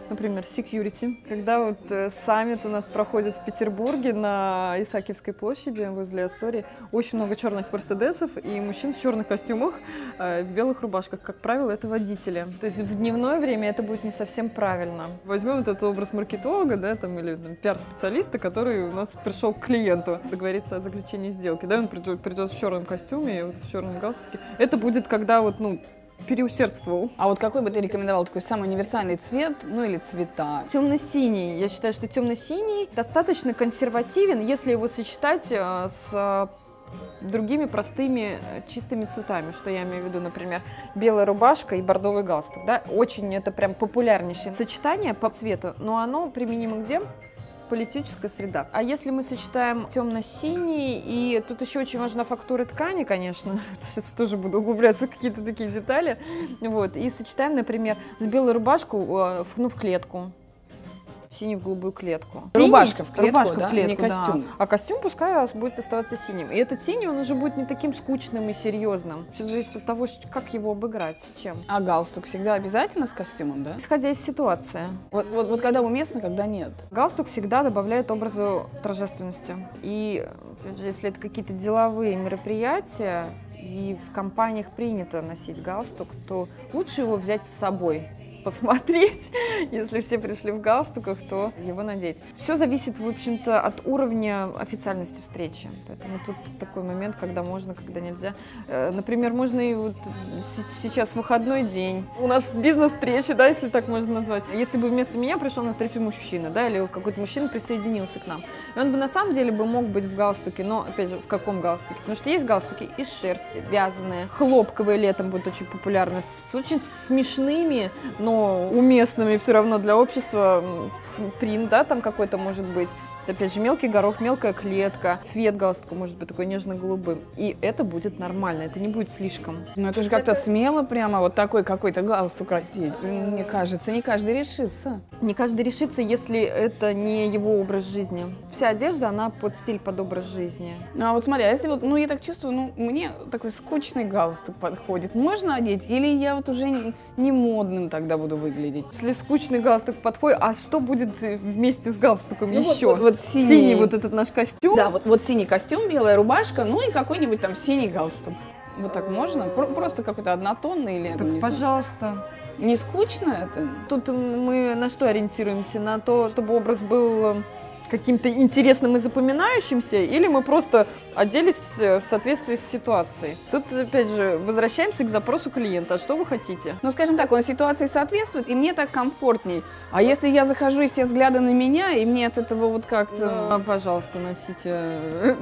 например, security. Когда вот э, саммит у нас проходит в Петербурге на Исаакиевской площади возле Астории, очень много черных мерседесов и мужчин в черных костюмах, э, в белых рубашках. Как правило, это водители. То есть в дневное время это будет не совсем правильно. Возьмем этот образ маркетолога, да, там, или там, пиар-специалиста, который у нас пришел к клиенту договориться о заключении сделки. Да, он придет, придет в черном костюме, вот в черном галстуке. Это будет, когда вот, ну, переусердствовал. А вот какой бы ты рекомендовал такой самый универсальный цвет, ну или цвета? Темно-синий. Я считаю, что темно-синий достаточно консервативен, если его сочетать э, с другими простыми чистыми цветами, что я имею в виду, например, белая рубашка и бордовый галстук. Да? Очень это прям популярнейшее сочетание по цвету, но оно применимо где? Политическая среда. А если мы сочетаем темно-синий, и тут еще очень важна фактура ткани, конечно, сейчас тоже буду углубляться в какие-то такие детали, вот, и сочетаем, например, с белой рубашку, ну, в клетку, синюю в голубую клетку. Рубашка в клетку, Рубашка да? в клетку, Не костюм. Да. А костюм пускай будет оставаться синим. И этот синий, он уже будет не таким скучным и серьезным. Все зависит от того, как его обыграть, чем. А галстук всегда обязательно с костюмом, да? Исходя из ситуации. Вот, вот, вот когда уместно, когда нет. Галстук всегда добавляет образу торжественности. И опять же, если это какие-то деловые мероприятия, и в компаниях принято носить галстук, то лучше его взять с собой. Посмотреть, если все пришли в галстуках, то его надеть. Все зависит, в общем-то, от уровня официальности встречи. Поэтому тут такой момент, когда можно, когда нельзя. Например, можно и вот сейчас выходной день. У нас бизнес-встреча, да, если так можно назвать. Если бы вместо меня пришел на встречу мужчина, да, или какой-то мужчина присоединился к нам, и он бы на самом деле бы мог быть в галстуке, но, опять же, в каком галстуке? Потому что есть галстуки из шерсти, вязаные, хлопковые летом будут очень популярны, с очень смешными, но уместными все равно для общества принт, да, там какой-то может быть. Опять же, мелкий горох, мелкая клетка, цвет галстука может быть такой нежно-голубым. И это будет нормально, это не будет слишком. Ну это же как-то смело прямо вот такой какой-то галстук одеть. Мне кажется, не каждый решится. Не каждый решится, если это не его образ жизни. Вся одежда, она под стиль, под образ жизни. Ну а вот смотри, а если вот, ну я так чувствую, ну мне такой скучный галстук подходит. Можно одеть? Или я вот уже не, не модным тогда буду выглядеть? Если скучный галстук подходит, а что будет вместе с галстуком ну, еще? Вот, вот, вот синий. синий вот этот наш костюм. Да, вот, вот синий костюм, белая рубашка, ну и какой-нибудь там синий галстук. Вот так можно? Про- просто какой-то однотонный или... Так, там, не пожалуйста. знаю. Не скучно это? Тут мы на что ориентируемся? На то, чтобы образ был каким-то интересным и запоминающимся, или мы просто оделись в соответствии с ситуацией? Тут, опять же, возвращаемся к запросу клиента. А что вы хотите? Ну, скажем так, он ситуации соответствует, и мне так комфортней. А если я захожу, и все взгляды на меня, и мне от этого вот как-то... Ну, пожалуйста, носите,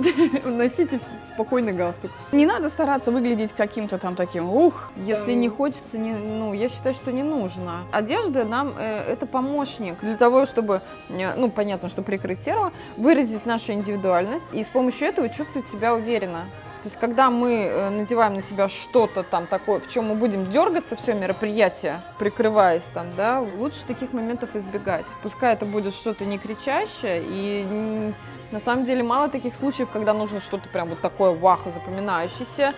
носите спокойный галстук. Не надо стараться выглядеть каким-то там таким, ух. Если не хочется, не, ну, я считаю, что не нужно. Одежда нам э, это помощник для того, чтобы, э, ну, понятно, что прикрыть тело, выразить нашу индивидуальность и с помощью этого чувствовать себя уверенно. То есть, когда мы надеваем на себя что-то там такое, в чем мы будем дергаться все мероприятие, прикрываясь там, да, лучше таких моментов избегать. Пускай это будет что-то не кричащее, и на самом деле мало таких случаев, когда нужно что-то прям вот такое вахо запоминающееся,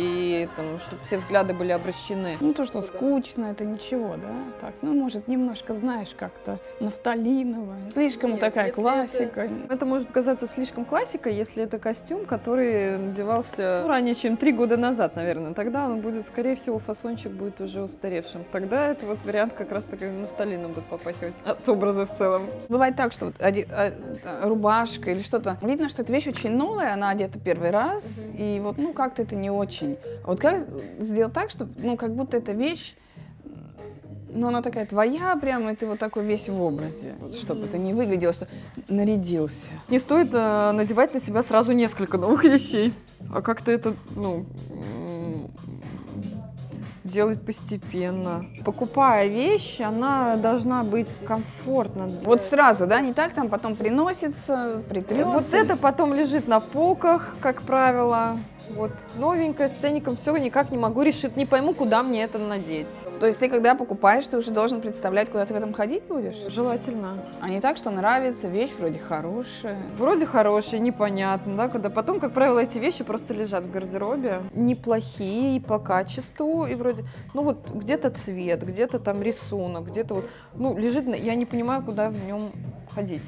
и там, чтобы все взгляды были обращены. Ну, то, что скучно, это ничего, да? Так, ну, может, немножко, знаешь, как-то нафталиново. Слишком Нет, такая классика. Это, это может казаться слишком классикой, если это костюм, который надевался ну, ранее, чем три года назад, наверное. Тогда он будет, скорее всего, фасончик будет уже устаревшим. Тогда это вот вариант как раз таки нафталином будет попахивать от образа в целом. Бывает так, что вот оди- а, рубашка или что-то. Видно, что эта вещь очень новая, она одета первый раз, uh-huh. и вот, ну, как-то это не очень. А вот как сделать так, чтобы, ну, как будто эта вещь, ну, она такая твоя прям, и ты вот такой весь в образе, вот, чтобы uh-huh. это не выглядело, что нарядился. Не стоит э, надевать на себя сразу несколько новых вещей, а как-то это, ну... делать постепенно. Покупая вещь, она должна быть комфортна. Вот сразу, да, не так там потом приносится, притрется. Вот это потом лежит на полках, как правило. Вот новенькая, с ценником, все, никак не могу решить, не пойму, куда мне это надеть. То есть ты, когда покупаешь, ты уже должен представлять, куда ты в этом ходить будешь? Желательно. А не так, что нравится, вещь вроде хорошая. Вроде хорошие, непонятно, да, когда потом, как правило, эти вещи просто лежат в гардеробе. Неплохие и по качеству, и вроде, ну вот где-то цвет, где-то там рисунок, где-то вот, ну, лежит, я не понимаю, куда в нем ходить.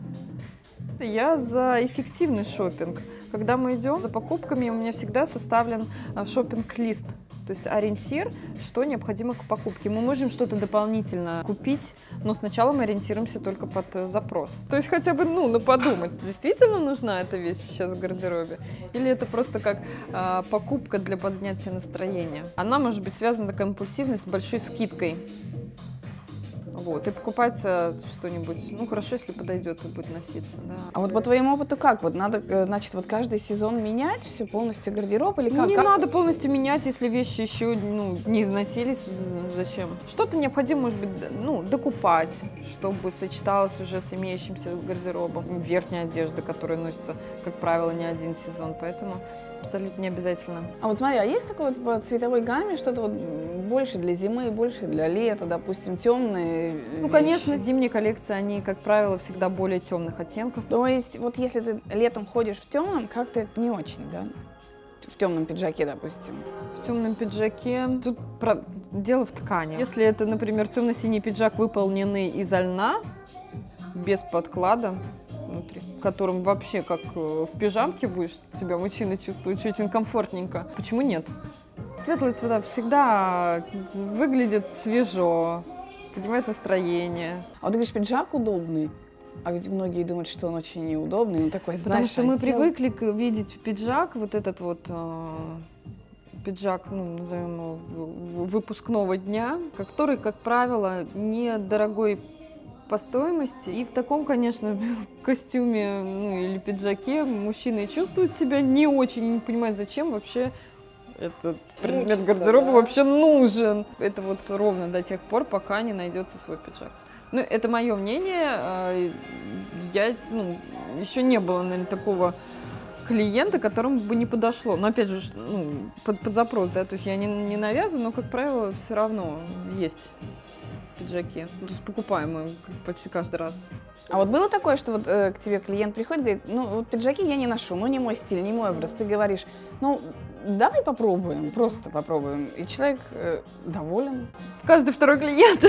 Я за эффективный шопинг. Когда мы идем за покупками, у меня всегда составлен шопинг-лист, то есть ориентир, что необходимо к покупке. Мы можем что-то дополнительно купить, но сначала мы ориентируемся только под запрос. То есть хотя бы, ну, ну подумать, действительно нужна эта вещь сейчас в гардеробе, или это просто как а, покупка для поднятия настроения. Она может быть связана, такая импульсивность, с большой скидкой. Вот, и покупается что-нибудь, ну, хорошо, если подойдет и будет носиться, да. А вот по твоему опыту как? Вот надо, значит, вот каждый сезон менять все полностью гардероб или как? Ну, не как? надо полностью менять, если вещи еще, ну, не износились, зачем? Что-то необходимо, может быть, ну, докупать, чтобы сочеталось уже с имеющимся гардеробом. Верхняя одежда, которая носится, как правило, не один сезон, поэтому абсолютно не обязательно. А вот смотри, а есть такое вот по цветовой гамме что-то вот больше для зимы, больше для лета, допустим, темные? Ну, вещи? конечно, зимние коллекции, они, как правило, всегда более темных оттенков. То есть вот если ты летом ходишь в темном, как-то не очень, да? В темном пиджаке, допустим. В темном пиджаке. Тут про... дело в ткани. Если это, например, темно-синий пиджак, выполненный изо льна, без подклада внутри, в котором вообще как в пижамке будешь себя мужчина чувствовать очень комфортненько. Почему нет? Светлые цвета всегда выглядят свежо, поднимает настроение. А вот ты говоришь, пиджак удобный, а ведь многие думают, что он очень неудобный, ну такой, знаешь, Потому что мы отдел. привыкли видеть пиджак, вот этот вот э, пиджак, ну, назовем его, выпускного дня, который, как правило, недорогой по стоимости. И в таком, конечно, костюме, ну, или пиджаке мужчины чувствуют себя не очень, и не понимают, зачем вообще этот предмет Мучиться, гардероба да? вообще нужен. Это вот ровно до тех пор, пока не найдется свой пиджак. Ну, это мое мнение. Я, ну, еще не было, наверное, такого клиента, которому бы не подошло. Но, опять же, ну, под, под запрос, да, то есть я не, не навязываю, но, как правило, все равно есть пиджаки. То есть покупаемые почти каждый раз. А вот было такое, что вот э, к тебе клиент приходит, говорит, ну вот пиджаки я не ношу, ну не мой стиль, не мой образ. Ты говоришь, ну давай попробуем, просто попробуем. И человек э, доволен. Каждый второй клиент.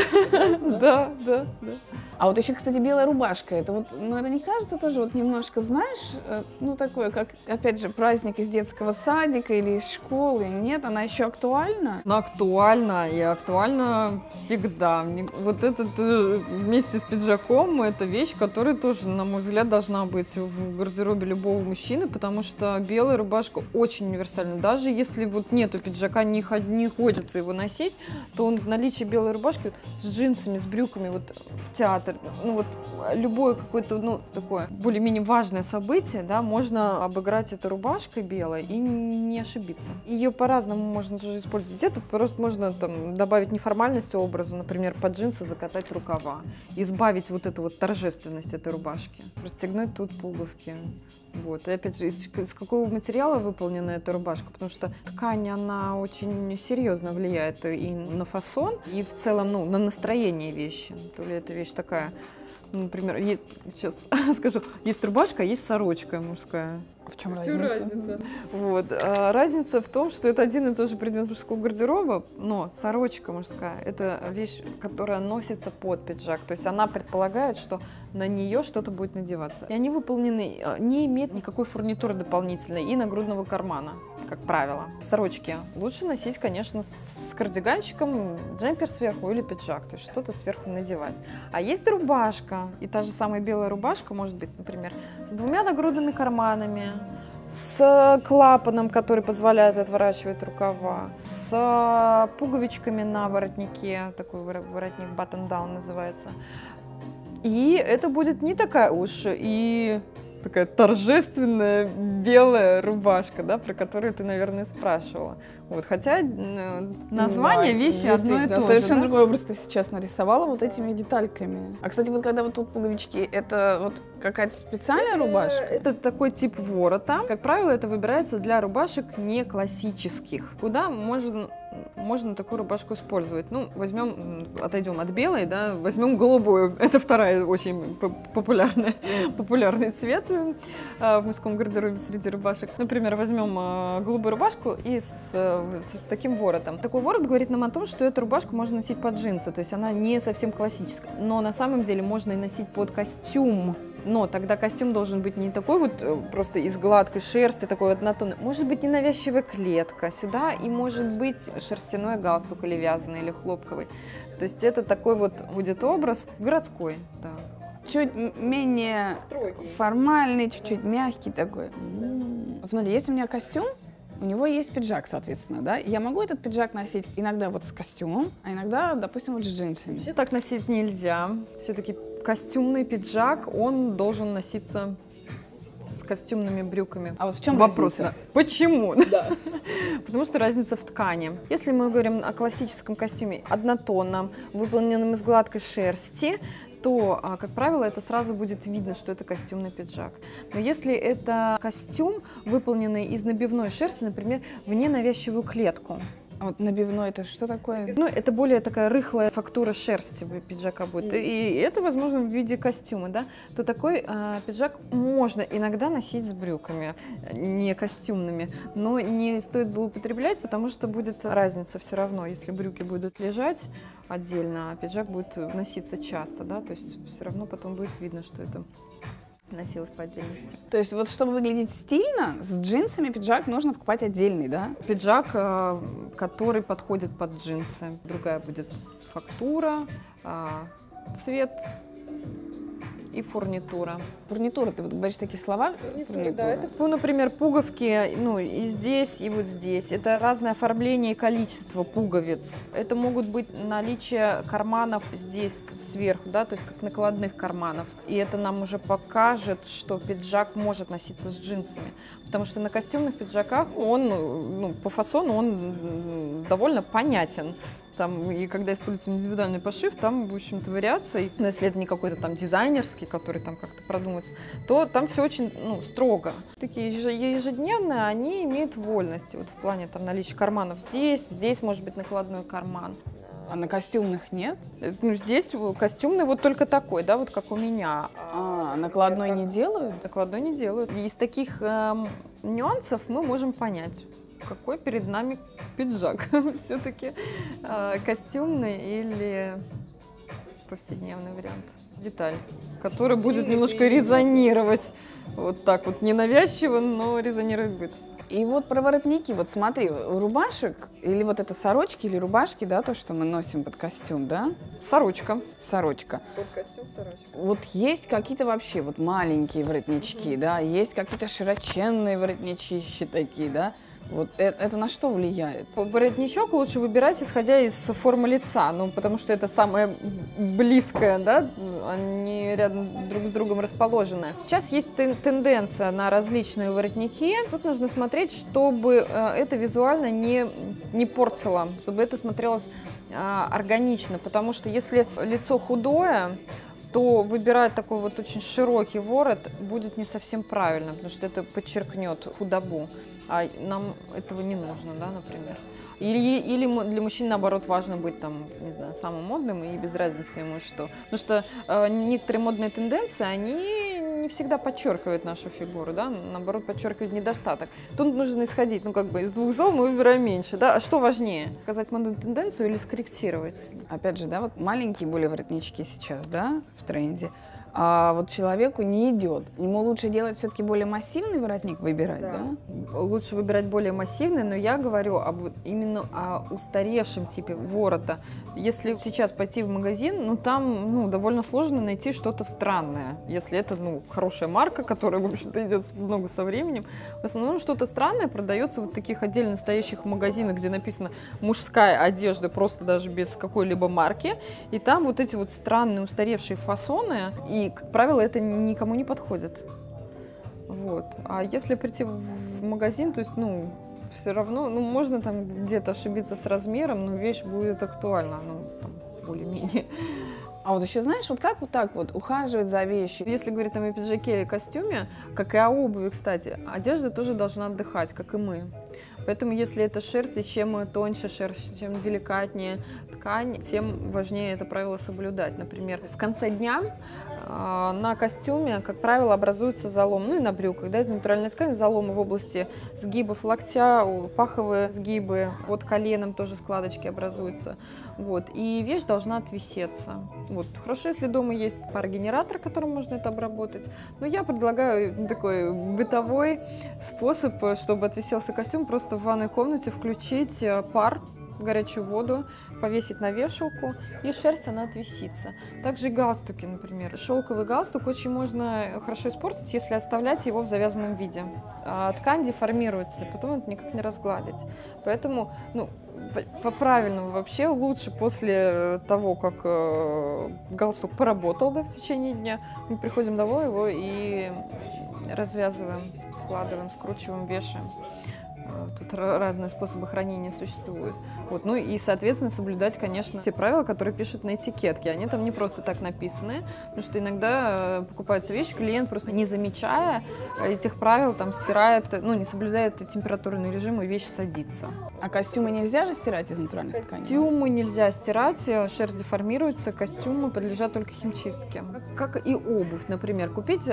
Да, да, да. А вот еще, кстати, белая рубашка, это вот, ну это не кажется тоже вот немножко, знаешь, э, ну такое, как, опять же, праздник из детского садика или из школы, нет, она еще актуальна? Но актуально, и актуально всегда. Мне- Вот этот э, вместе с пиджаком, это вещь, которая тоже, на мой взгляд, должна быть в гардеробе любого мужчины, потому что белая рубашка очень универсальна. Даже если вот нету пиджака, не, хо- не хочется его носить, то он, наличие белой рубашки вот, с джинсами, с брюками вот, в театр, ну вот любое какое-то, ну, такое более-менее важное событие, да, можно обыграть этой рубашкой белой и не ошибиться. Ее по-разному можно тоже использовать. Где-то просто можно там добавить неформальности образу, например, под джинсы закатать рукава, избавить вот эту вот торжественность этой рубашки, расстегнуть тут пуговки. Вот. И опять же, из, из какого материала выполнена эта рубашка, потому что ткань, она очень серьезно влияет и на фасон, и в целом, ну, на настроение вещи. То ли эта вещь такая, ну, например, е- сейчас скажу, есть рубашка, а есть сорочка мужская. В чем В разница? чём разница? Вот. А разница в том, что это один и тот же предмет мужского гардероба, но сорочка мужская – это вещь, которая носится под пиджак. То есть она предполагает, что на нее что-то будет надеваться. И они выполнены, не имеют никакой фурнитуры дополнительной и нагрудного кармана, как правило. Сорочки лучше носить, конечно, с кардиганчиком, джемпер сверху или пиджак, то есть что-то сверху надевать. А есть рубашка, и та же самая белая рубашка может быть, например, с двумя нагрудными карманами, с клапаном, который позволяет отворачивать рукава, с пуговичками на воротнике, такой воротник button-down называется. И это будет не такая уж и такая торжественная белая рубашка, да, про которую ты, наверное, спрашивала. Вот, хотя э, название да, вещи одно и то же. Совершенно да? другой образ ты сейчас нарисовала вот этими детальками. А, кстати, вот когда вот тут пуговички, это вот какая-то специальная это, рубашка? Это такой тип ворота. Как правило, это выбирается для рубашек не классических. Куда можно, можно такую рубашку использовать? Ну, возьмем, отойдем от белой, да, возьмем голубую. Это вторая очень популярная, популярный цвет в мужском гардеробе среди рубашек. Например, возьмем голубую рубашку и с, с таким воротом. Такой ворот говорит нам о том, что эту рубашку можно носить под джинсы, то есть она не совсем классическая. Но на самом деле можно и носить под костюм. Но тогда костюм должен быть не такой вот просто из гладкой шерсти, такой однотонный. Может быть ненавязчивая клетка сюда, и может быть шерстяной галстук или вязаный, или хлопковый. То есть это такой вот будет образ городской, да. Чуть менее строгий, формальный, чуть-чуть мягкий такой. Вот смотри, есть у меня костюм, у него есть пиджак, соответственно, да? Я могу этот пиджак носить иногда вот с костюмом, а иногда, допустим, вот с джинсами. Вообще так носить нельзя. Все-таки костюмный пиджак, он должен носиться с костюмными брюками. А вот в чем вопрос? разница? Почему? Да. Потому что разница в ткани. Если мы говорим о классическом костюме однотонном, выполненном из гладкой шерсти, то, как правило, это сразу будет видно, что это костюмный пиджак. Но если это костюм, выполненный из набивной шерсти, например, в ненавязчивую клетку. А вот набивной это что такое? Ну, это более такая рыхлая фактура шерсти пиджака будет. Mm. И это, возможно, в виде костюма, да, то такой а, пиджак можно иногда носить с брюками, не костюмными, но не стоит злоупотреблять, потому что будет разница все равно, если брюки будут лежать отдельно, а пиджак будет носиться часто, да, то есть все равно потом будет видно, что это носилась по отдельности. То есть вот чтобы выглядеть стильно, с джинсами пиджак нужно покупать отдельный, да? Пиджак, который подходит под джинсы. Другая будет фактура, цвет и фурнитура. Фурнитура, ты вот говоришь такие слова? Фурнитура, фурнитура. Да, это, ну, например, пуговки, ну, и здесь, и вот здесь. Это разное оформление и количество пуговиц. Это могут быть наличие карманов здесь сверху, да, то есть как накладных карманов. И это нам уже покажет, что пиджак может носиться с джинсами. Потому что на костюмных пиджаках он, ну, по фасону он довольно понятен. Там, и когда используется индивидуальный пошив, там, в общем-то, вариации. Но если это не какой-то там дизайнерский, который там как-то продумается, то там все очень, ну, строго. Такие ежедневные, они имеют вольности. Вот в плане там наличия карманов здесь, здесь может быть накладной карман. А на костюмных нет? Ну, здесь костюмный вот только такой, да, вот как у меня. А, накладной не делают? Накладной не делают. И из таких эм, нюансов мы можем понять, какой перед нами пиджак. Все-таки э, костюмный или повседневный вариант. Деталь, которая будет немножко резонировать. Вот так вот, ненавязчиво, но резонировать будет. И вот про воротники, вот смотри, у рубашек, или вот это сорочки, или рубашки, да, то, что мы носим под костюм, да? Сорочка. Сорочка. Под костюм сорочка. Вот есть какие-то вообще вот маленькие воротнички, mm-hmm. да, есть какие-то широченные воротничищи такие, да? Вот это, это на что влияет? Воротничок лучше выбирать, исходя из формы лица, ну, потому что это самое близкое, да, они рядом друг с другом расположены. Сейчас есть тен- тенденция на различные воротники. Тут нужно смотреть, чтобы э, это визуально не, не портило, чтобы это смотрелось э, органично, потому что если лицо худое, то выбирать такой вот очень широкий ворот будет не совсем правильно, потому что это подчеркнет худобу, а нам этого не нужно, да, например. Или, или для мужчин, наоборот, важно быть там, не знаю, самым модным и без разницы ему что. Потому что э, некоторые модные тенденции, они не всегда подчеркивают нашу фигуру, да, наоборот, подчеркивают недостаток. Тут нужно исходить, ну, как бы из двух зол мы выбираем меньше, да. А что важнее, показать модную тенденцию или скорректировать? Опять же, да, вот маленькие более воротнички сейчас, да, в тренде. А вот человеку не идет. Ему лучше делать все-таки более массивный воротник, выбирать, да? да? Лучше выбирать более массивный, но я говорю об, именно о устаревшем типе ворота. Если сейчас пойти в магазин, ну там ну, довольно сложно найти что-то странное. Если это ну, хорошая марка, которая, в общем-то, идет много со временем. В основном что-то странное продается вот в таких отдельно стоящих магазинах, где написано «мужская одежда», просто даже без какой-либо марки. И там вот эти вот странные устаревшие фасоны, и, как правило, это никому не подходит. Вот. А если прийти в магазин, то есть, ну, все равно, ну, можно там где-то ошибиться с размером, но вещь будет актуальна, ну, там, более-менее. А вот еще знаешь, вот как вот так вот ухаживать за вещью? Если говорить там о пиджаке или костюме, как и о обуви, кстати, одежда тоже должна отдыхать, как и мы. Поэтому если это шерсть, и чем тоньше шерсть, чем деликатнее ткань, тем важнее это правило соблюдать. Например, в конце дня э, на костюме, как правило, образуется залом, ну и на брюках, да, из натуральной ткани заломы в области сгибов локтя, паховые сгибы, под коленом тоже складочки образуются. Вот, и вещь должна отвисеться. Вот. Хорошо, если дома есть парогенератор, которым можно это обработать. Но я предлагаю такой бытовой способ, чтобы отвиселся костюм, просто в ванной комнате включить пар, горячую воду, повесить на вешалку, и шерсть, она отвисится. Также и галстуки, например. Шелковый галстук очень можно хорошо испортить, если оставлять его в завязанном виде. А ткань деформируется, потом это никак не разгладить. Поэтому, ну, по-правильному вообще лучше после того, как э, галстук поработал, да, в течение дня, мы приходим домой его и развязываем, складываем, скручиваем, вешаем. Тут разные способы хранения существуют. Вот. Ну и, соответственно, соблюдать, конечно, те правила, которые пишут на этикетке. Они там не просто так написаны, потому что иногда покупаются вещи, клиент просто не замечая этих правил, там стирает, ну не соблюдает температурный режим, и вещь садится. А костюмы нельзя же стирать из натуральных тканей? Костюмы нельзя стирать, шерсть деформируется, костюмы подлежат только химчистке. Как и обувь, например, купить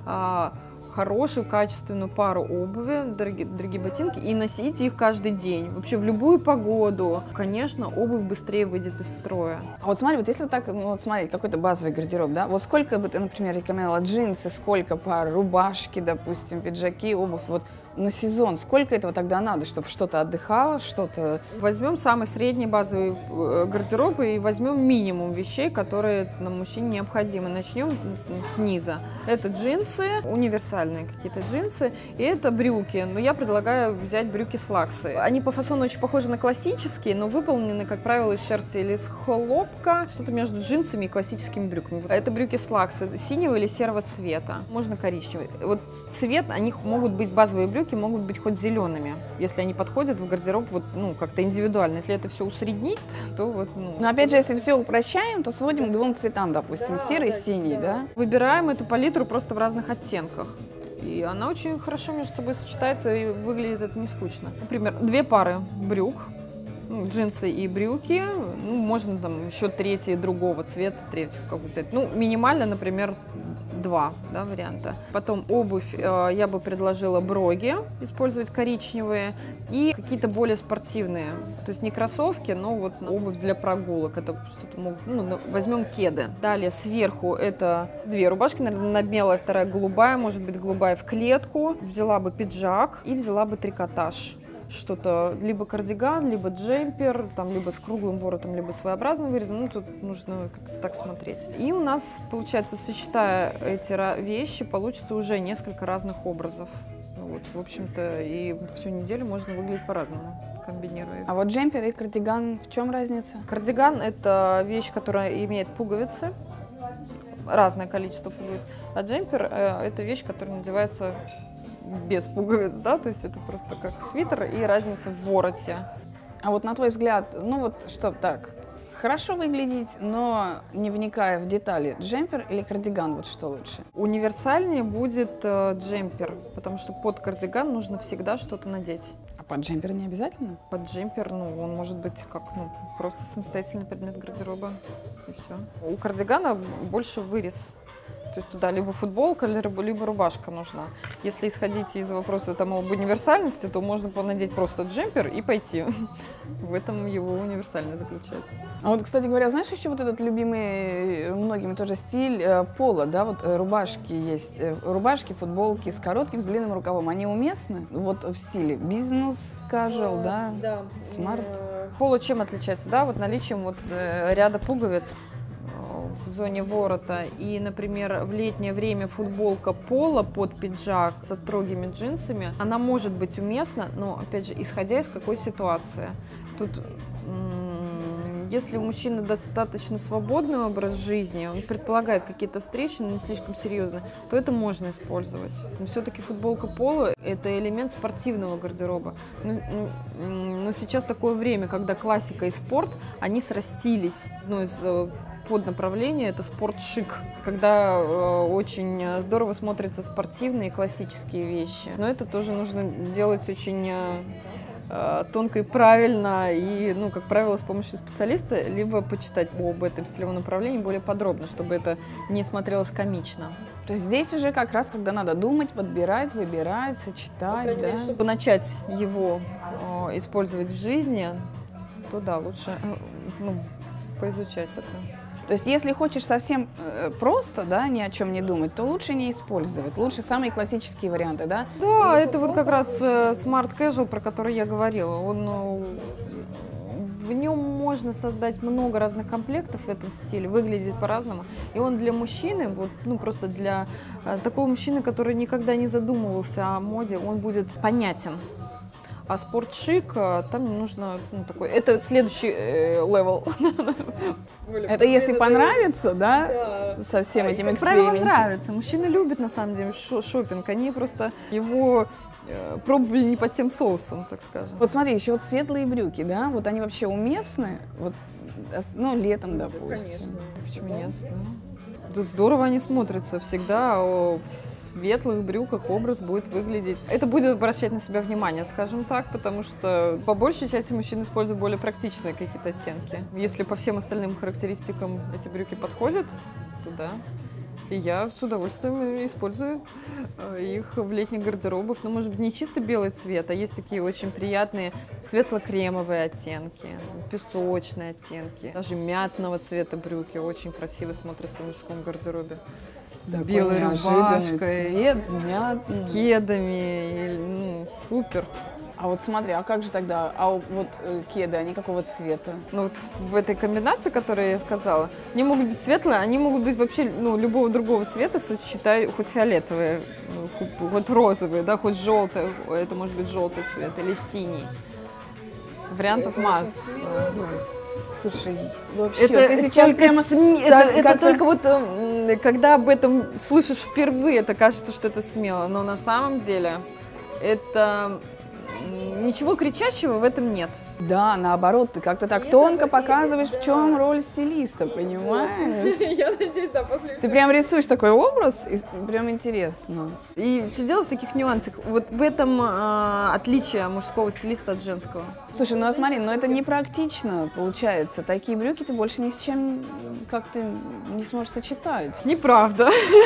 а, хорошую, качественную пару обуви, дорогие, дорогие ботинки, и носить их каждый день, вообще в любую погоду. Конечно, обувь быстрее выйдет из строя. А вот смотри, вот если вот так, ну вот смотри, какой-то базовый гардероб, да, вот сколько бы ты, например, рекомендовала джинсы, сколько пар, рубашки, допустим, пиджаки, обувь, вот на сезон, сколько этого тогда надо, чтобы что-то отдыхало, что-то... Возьмем самый средний базовый гардероб и возьмем минимум вещей, которые на мужчине необходимы. Начнем снизу. Это джинсы, универсальные какие-то джинсы, и это брюки. Но я предлагаю взять брюки слаксы. Они по фасону очень похожи на классические, но выполнены, как правило, из шерсти или из хлопка, что-то между джинсами и классическими брюками. Это брюки слаксы синего или серого цвета, можно коричневый. Вот цвет, они могут быть базовые брюки, могут быть хоть зелеными, если они подходят в гардероб вот, ну, как-то индивидуально. Если это все усреднить, то вот... Ну, Но опять же, если все упрощаем, то сводим к двум цветам, допустим, серый и синий, да? Выбираем эту палитру просто в разных оттенках. И она очень хорошо между собой сочетается, и выглядит это не скучно. Например, две пары брюк, ну, джинсы и брюки, ну, можно там еще третий другого цвета, третий какого цвета. Ну, минимально, например, два, да, варианта. Потом обувь, э, я бы предложила броги использовать коричневые и какие-то более спортивные. То есть не кроссовки, но вот обувь для прогулок. Это что-то могут, ну, возьмем кеды. Далее сверху это две рубашки, наверное, одна белая, вторая голубая, может быть голубая в клетку. Взяла бы пиджак и взяла бы трикотаж. Что-то, либо кардиган, либо джемпер, там, либо с круглым воротом, либо своеобразным вырезом. Ну, тут нужно как-то так смотреть. И у нас, получается, сочетая эти вещи, получится уже несколько разных образов. Вот, в общем-то, и всю неделю можно выглядеть по-разному, комбинируя. А вот джемпер и кардиган, в чем разница? Кардиган – это вещь, которая имеет пуговицы, разное количество пуговиц, а джемпер – это вещь, которая надевается без пуговиц, да, то есть это просто как свитер и разница в вороте. А вот на твой взгляд, ну вот, чтобы так хорошо выглядеть, но не вникая в детали, джемпер или кардиган, вот что лучше? Универсальнее будет э, джемпер, потому что под кардиган нужно всегда что-то надеть. А под джемпер не обязательно? Под джемпер, ну, он может быть как, ну, просто самостоятельный предмет гардероба, и все. У кардигана больше вырез. То есть туда либо футболка, либо рубашка нужна. Если исходить из вопроса там, об универсальности, то можно понадеть просто джемпер и пойти. В этом его универсальность заключается. А вот, кстати говоря, знаешь еще вот этот любимый многими тоже стиль э, пола, да, вот э, рубашки есть. Э, рубашки, футболки с коротким, с длинным рукавом, они уместны? Вот в стиле бизнес, casual, да, да. смарт. Поло чем отличается? Да, вот наличием вот э, ряда пуговиц в зоне ворота. И, например, в летнее время футболка поло под пиджак со строгими джинсами, она может быть уместна, но, опять же, исходя из какой ситуации. Тут Если у мужчины достаточно свободный образ жизни, он предполагает какие-то встречи, но не слишком серьезные, то это можно использовать. Но все-таки футболка поло – это элемент спортивного гардероба. Но, но сейчас такое время, когда классика и спорт, они срастились. Одно из поднаправления – это спорт-шик, когда э, очень здорово смотрятся спортивные и классические вещи. Но это тоже нужно делать очень э, тонко и правильно, и, ну, как правило, с помощью специалиста, либо почитать об этом стилевом направлении более подробно, чтобы это не смотрелось комично. То есть здесь уже как раз, когда надо думать, подбирать, выбирать, сочетать, да? Мере, чтобы начать его э, использовать в жизни, то да, лучше э, ну, поизучать это. То есть, если хочешь совсем э, просто, да, ни о чем не думать, то лучше не использовать. Лучше самые классические варианты, да? Да, это вот как раз э, Smart Casual, про который я говорила. Он, э, в нем можно создать много разных комплектов в этом стиле, выглядит по-разному. И он для мужчины, вот, ну просто для э, такого мужчины, который никогда не задумывался о моде, он будет понятен. А спорт-шик, там нужно, ну, такой, это следующий левел. Э, это если понравится, да, да, со всем этим экспериментом? Как правило, нравится. Мужчины любят, на самом деле, шопинг. Они просто его э, пробовали не под тем соусом, так скажем. Вот смотри, еще вот светлые брюки, да, вот они вообще уместны? Вот, ну, летом, допустим. Да, конечно. Почему нет? Да. Да, здорово они смотрятся. Всегда в светлых брюках образ будет выглядеть. Это будет обращать на себя внимание, скажем так, потому что по большей части мужчины используют более практичные какие-то оттенки. Если по всем остальным характеристикам эти брюки подходят, то да. И я с удовольствием использую их в летних гардеробах. Но, может быть, не чисто белый цвет, а есть такие очень приятные светло-кремовые оттенки, песочные оттенки, даже мятного цвета брюки очень красиво смотрятся в мужском гардеробе. С такой белой рубашкой, цвет, мятный. С кедами, и, ну, супер. А вот смотри, а как же тогда, а вот э, кеды, они какого цвета? Ну вот в этой комбинации, которую я сказала, они могут быть светлые, они могут быть вообще, ну, любого другого цвета, сочетаю, хоть фиолетовые, хоть, хоть розовые, да, хоть желтые, это может быть желтый цвет или синий. Вариантов масс. Слушай, вообще, это ты сейчас только прямо... Сме... Так, это, это только вот, когда об этом слышишь впервые, это кажется, что это смело, но на самом деле это... Ничего кричащего в этом нет. Да, наоборот, ты как-то так тонко показываешь, в чем роль стилиста, понимаешь? Я надеюсь, да, после... Ты прям рисуешь такой образ, и прям интересно. И все дело в таких нюансах. Вот в этом э, отличие мужского стилиста от женского. Слушай, ну а смотри, но это непрактично получается. Такие брюки ты больше ни с чем как-то не сможешь сочетать. Неправда.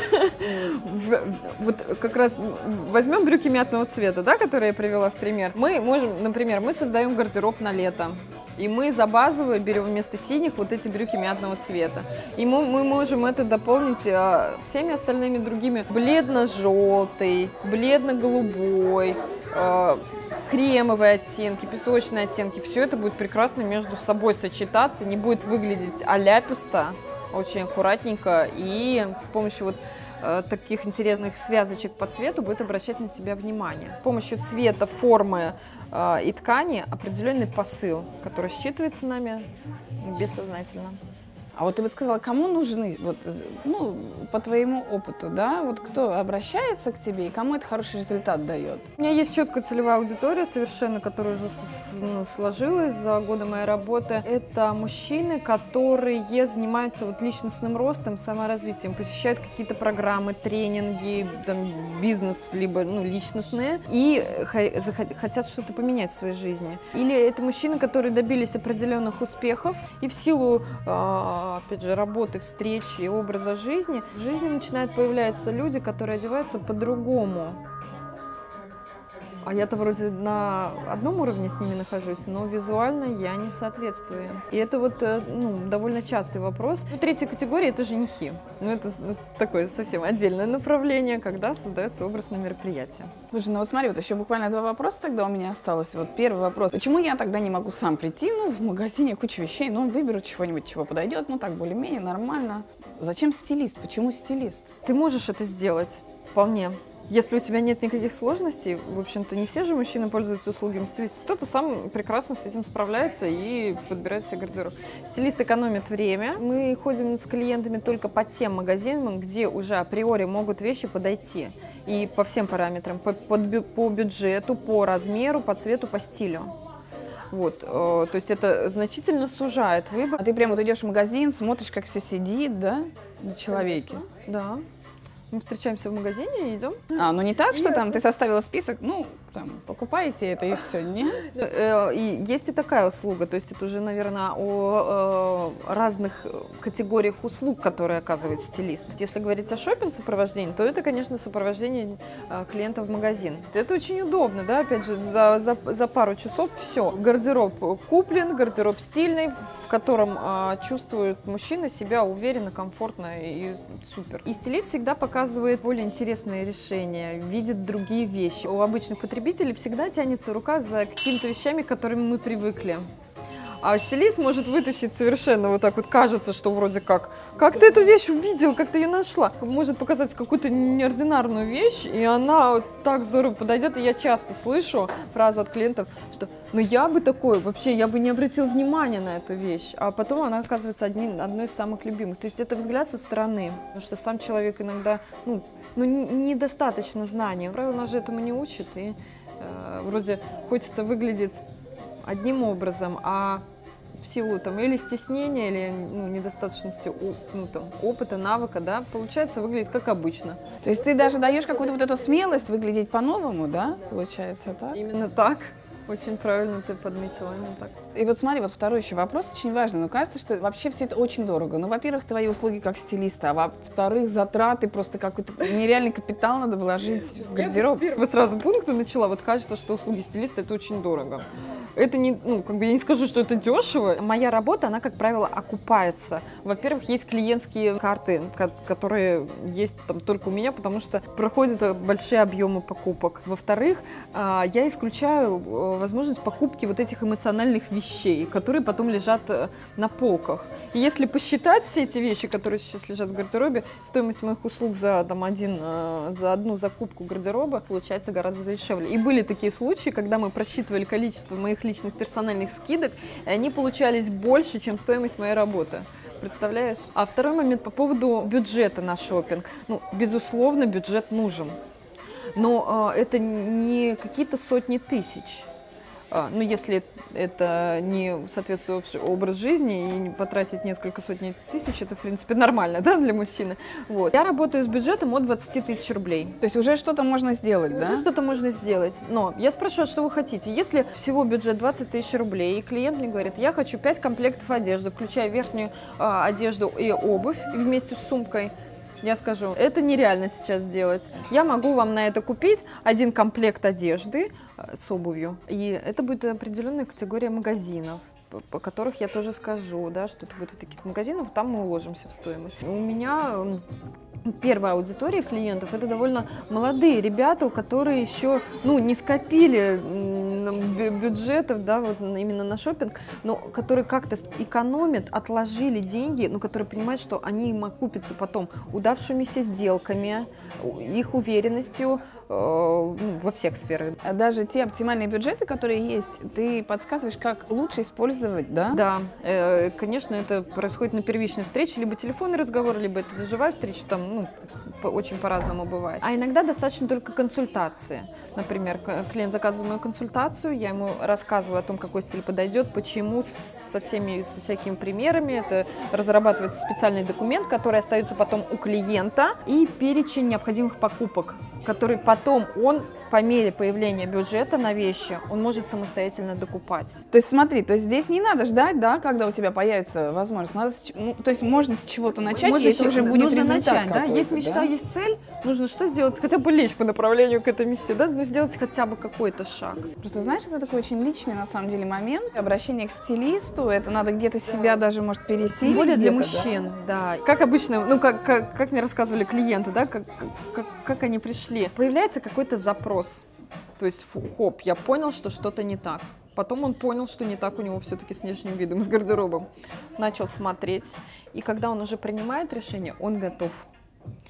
Вот как раз возьмем брюки мятного цвета, да, которые я привела в пример. Мы можем, например, мы создаем гардероб на лето. И мы за базовые берем вместо синих вот эти брюки мятного цвета. И мы, мы можем это дополнить а, всеми остальными другими. Бледно-желтый, бледно-голубой, а, кремовые оттенки, песочные оттенки. Все это будет прекрасно между собой сочетаться, не будет выглядеть аляписто, очень аккуратненько. И с помощью вот а, таких интересных связочек по цвету будет обращать на себя внимание. С помощью цвета, формы и ткани определенный посыл, который считывается нами бессознательно. А вот ты бы сказала, кому нужны, вот, ну, по твоему опыту, да, вот кто обращается к тебе и кому это хороший результат дает? У меня есть четкая целевая аудитория совершенно, которая уже сложилась за годы моей работы. Это мужчины, которые занимаются вот личностным ростом, саморазвитием, посещают какие-то программы, тренинги, там, бизнес, либо ну, личностные, и хотят что-то поменять в своей жизни. Или это мужчины, которые добились определенных успехов и в силу опять же, работы, встречи и образа жизни, в жизни начинают появляться люди, которые одеваются по-другому. А я-то вроде на одном уровне с ними нахожусь, но визуально я не соответствую. И это вот ну, довольно частый вопрос. Ну, третья категория – это женихи. Ну, это ну, такое совсем отдельное направление, когда создается образ на мероприятии. Слушай, ну вот смотри, вот еще буквально два вопроса тогда у меня осталось. Вот первый вопрос. Почему я тогда не могу сам прийти? Ну, в магазине куча вещей, ну, выберу чего-нибудь, чего подойдет, ну, так, более-менее, нормально. Зачем стилист? Почему стилист? Ты можешь это сделать. Вполне. Если у тебя нет никаких сложностей, в общем-то, не все же мужчины пользуются услугами стилиста. Кто-то сам прекрасно с этим справляется и подбирает себе гардероб. Стилист экономит время. Мы ходим с клиентами только по тем магазинам, где уже априори могут вещи подойти. И по всем параметрам. По, по, по бюджету, по размеру, по цвету, по стилю. Вот, э, то есть это значительно сужает выбор. А ты прямо вот идешь в магазин, смотришь, как все сидит, да, на человеке? Конечно, да. Мы встречаемся в магазине и идем. А, ну не так, что Ясно. там ты составила список, ну, там, покупаете это и все, не? И есть и такая услуга, то есть это уже, наверное, о э, разных категориях услуг, которые оказывает стилист. Если говорить о шопинг-сопровождении, то это, конечно, сопровождение э, клиента в магазин. Это очень удобно, да, опять же, за, за, за пару часов все. Гардероб куплен, гардероб стильный, в котором э, чувствует мужчина себя уверенно, комфортно и супер. И стилист всегда показывает более интересные решения, видит другие вещи. У обычных потребителей всегда тянется рука за какими-то вещами, к которым мы привыкли. А стилист может вытащить совершенно вот так вот, кажется, что вроде как, как ты эту вещь увидел, как ты ее нашла. Может показать какую-то неординарную вещь, и она вот так здорово подойдет. И я часто слышу фразу от клиентов, что ну я бы такой, вообще я бы не обратил внимания на эту вещь. А потом она оказывается одним, одной из самых любимых. То есть это взгляд со стороны, потому что сам человек иногда, ну, ну недостаточно знаний. Правило, нас же этому не учат, и э, вроде хочется выглядеть одним образом, а в силу там или стеснения, или ну, недостаточности ну, там, опыта, навыка, да, получается выглядит как обычно. То есть ты даже даешь какую-то вот эту смелость выглядеть по-новому, да, получается так? Именно так. Очень правильно ты подметила, именно так. И вот смотри, вот второй еще вопрос очень важный. Но кажется, что вообще все это очень дорого. Ну, во-первых, твои услуги как стилиста, а во-вторых, затраты, просто какой-то нереальный капитал надо вложить в гардероб. Я бы сразу пункты начала. Вот кажется, что услуги стилиста это очень дорого. Это не, ну, как бы я не скажу, что это дешево. Моя работа, она, как правило, окупается. Во-первых, есть клиентские карты, которые есть там только у меня, потому что проходят большие объемы покупок. Во-вторых, я исключаю возможность покупки вот этих эмоциональных вещей, которые потом лежат на полках. И если посчитать все эти вещи, которые сейчас лежат в гардеробе, стоимость моих услуг за, там, один, за одну закупку гардероба получается гораздо дешевле. И были такие случаи, когда мы просчитывали количество моих личных персональных скидок, и они получались больше, чем стоимость моей работы. Представляешь? А второй момент по поводу бюджета на шопинг. Ну, безусловно, бюджет нужен. Но э, это не какие-то сотни тысяч. А, ну, если это не соответствует образ жизни и не потратить несколько сотен тысяч, это, в принципе, нормально, да, для мужчины. Вот. Я работаю с бюджетом от двадцати тысяч рублей. То есть уже что-то можно сделать, уже да? Уже что-то можно сделать. Но я спрашиваю, что вы хотите. Если всего бюджет двадцать тысяч рублей, и клиент мне говорит, я хочу пять комплектов одежды, включая верхнюю а, одежду и обувь вместе с сумкой, я скажу, это нереально сейчас сделать. Я могу вам на это купить один комплект одежды с обувью. И это будет определенная категория магазинов, по которых я тоже скажу, да, что это будет вот таких магазинов, там мы уложимся в стоимость. У меня первая аудитория клиентов — это довольно молодые ребята, которые еще ну, не скопили бюджетов, да, вот именно на шопинг, но которые как-то экономят, отложили деньги, но которые понимают, что они им окупятся потом удавшимися сделками, их уверенностью ну, во всех сферах. А даже те оптимальные бюджеты, которые есть, ты подсказываешь, как лучше использовать, да? Да, э, конечно, это происходит на первичной встрече, либо телефонный разговор, либо это живая встреча, там, ну, по, очень по-разному бывает. А иногда достаточно только консультации. Например, клиент заказывает мою консультацию, я ему рассказываю о том, какой стиль подойдет, почему, со всеми, со всякими примерами. Это разрабатывается специальный документ, который остается потом у клиента, и перечень необходимых покупок, который потом он, по мере появления бюджета на вещи, он может самостоятельно докупать. То есть смотри, то есть здесь не надо ждать, да, когда у тебя появится возможность. Надо, ну, то есть можно с чего-то начать, можно и это уже будет нужно результат начать, да? Есть мечта, да? есть цель, нужно что сделать? Хотя бы лечь по направлению к этой мечте, да? Ну, сделать хотя бы какой-то шаг. Просто знаешь, это такой очень личный на самом деле момент. Обращение к стилисту, это надо где-то себя да. даже, может, пересилить. Тем более для мужчин, да. да. Как обычно, ну, как, как, как мне рассказывали клиенты, да, как, как, как они пришли. Появляется какой-то запрос. То есть, фу, хоп, я понял, что что-то не так. Потом он понял, что не так у него все-таки с внешним видом, с гардеробом. Начал смотреть. И когда он уже принимает решение, он готов.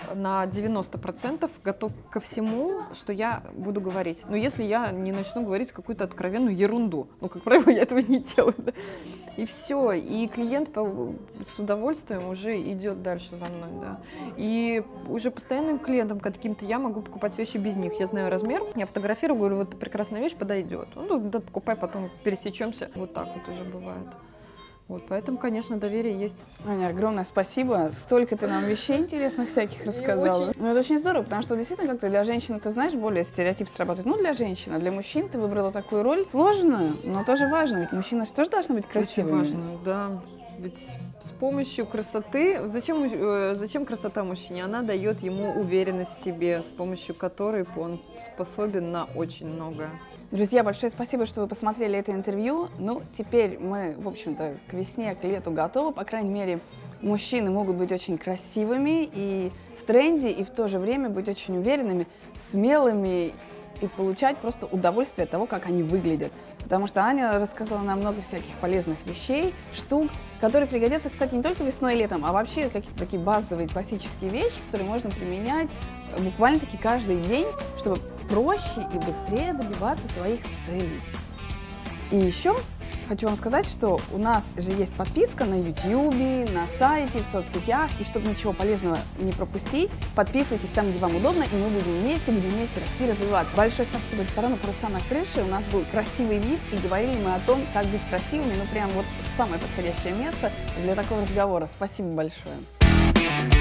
на девяносто процентов готов ко всему, что я буду говорить. Но если я не начну говорить какую-то откровенную ерунду, ну, как правило, я этого не делаю, да? И все, и клиент по, с удовольствием уже идет дальше за мной, да. И уже постоянным клиентам каким-то я могу покупать вещи без них. Я знаю размер, я фотографирую, говорю, вот прекрасная вещь подойдет. Ну, да, покупай, потом пересечемся. Вот так вот уже бывает. Вот, поэтому, конечно, доверие есть. Аня, огромное спасибо. Столько ты нам вещей интересных всяких рассказала. Очень. Ну, это очень здорово, потому что действительно как-то для женщины, ты знаешь, более стереотип срабатывает. Ну, для женщин, а для мужчин ты выбрала такую роль сложную, но тоже важную. Ведь мужчина же тоже должен быть красивым. Очень важно, да. Ведь с помощью красоты, зачем, э, зачем красота мужчине? Она дает ему уверенность в себе, с помощью которой он способен на очень многое. Друзья, большое спасибо, что вы посмотрели это интервью. Ну, теперь мы, в общем-то, к весне, к лету готовы. По крайней мере, мужчины могут быть очень красивыми и в тренде, и в то же время быть очень уверенными, смелыми и получать просто удовольствие от того, как они выглядят. Потому что Аня рассказала нам много всяких полезных вещей, штук, которые пригодятся, кстати, не только весной и летом, а вообще какие-то такие базовые классические вещи, которые можно применять буквально-таки каждый день, чтобы проще и быстрее добиваться своих целей. И еще хочу вам сказать, что у нас же есть подписка на ютубе, на сайте, в соцсетях, и чтобы ничего полезного не пропустить, подписывайтесь там, где вам удобно, и мы будем вместе, будем вместе расти и развиваться. Большое спасибо ресторану «Паруса на крыше». У нас был красивый вид, и говорили мы о том, как быть красивыми, ну прям вот самое подходящее место для такого разговора. Спасибо большое.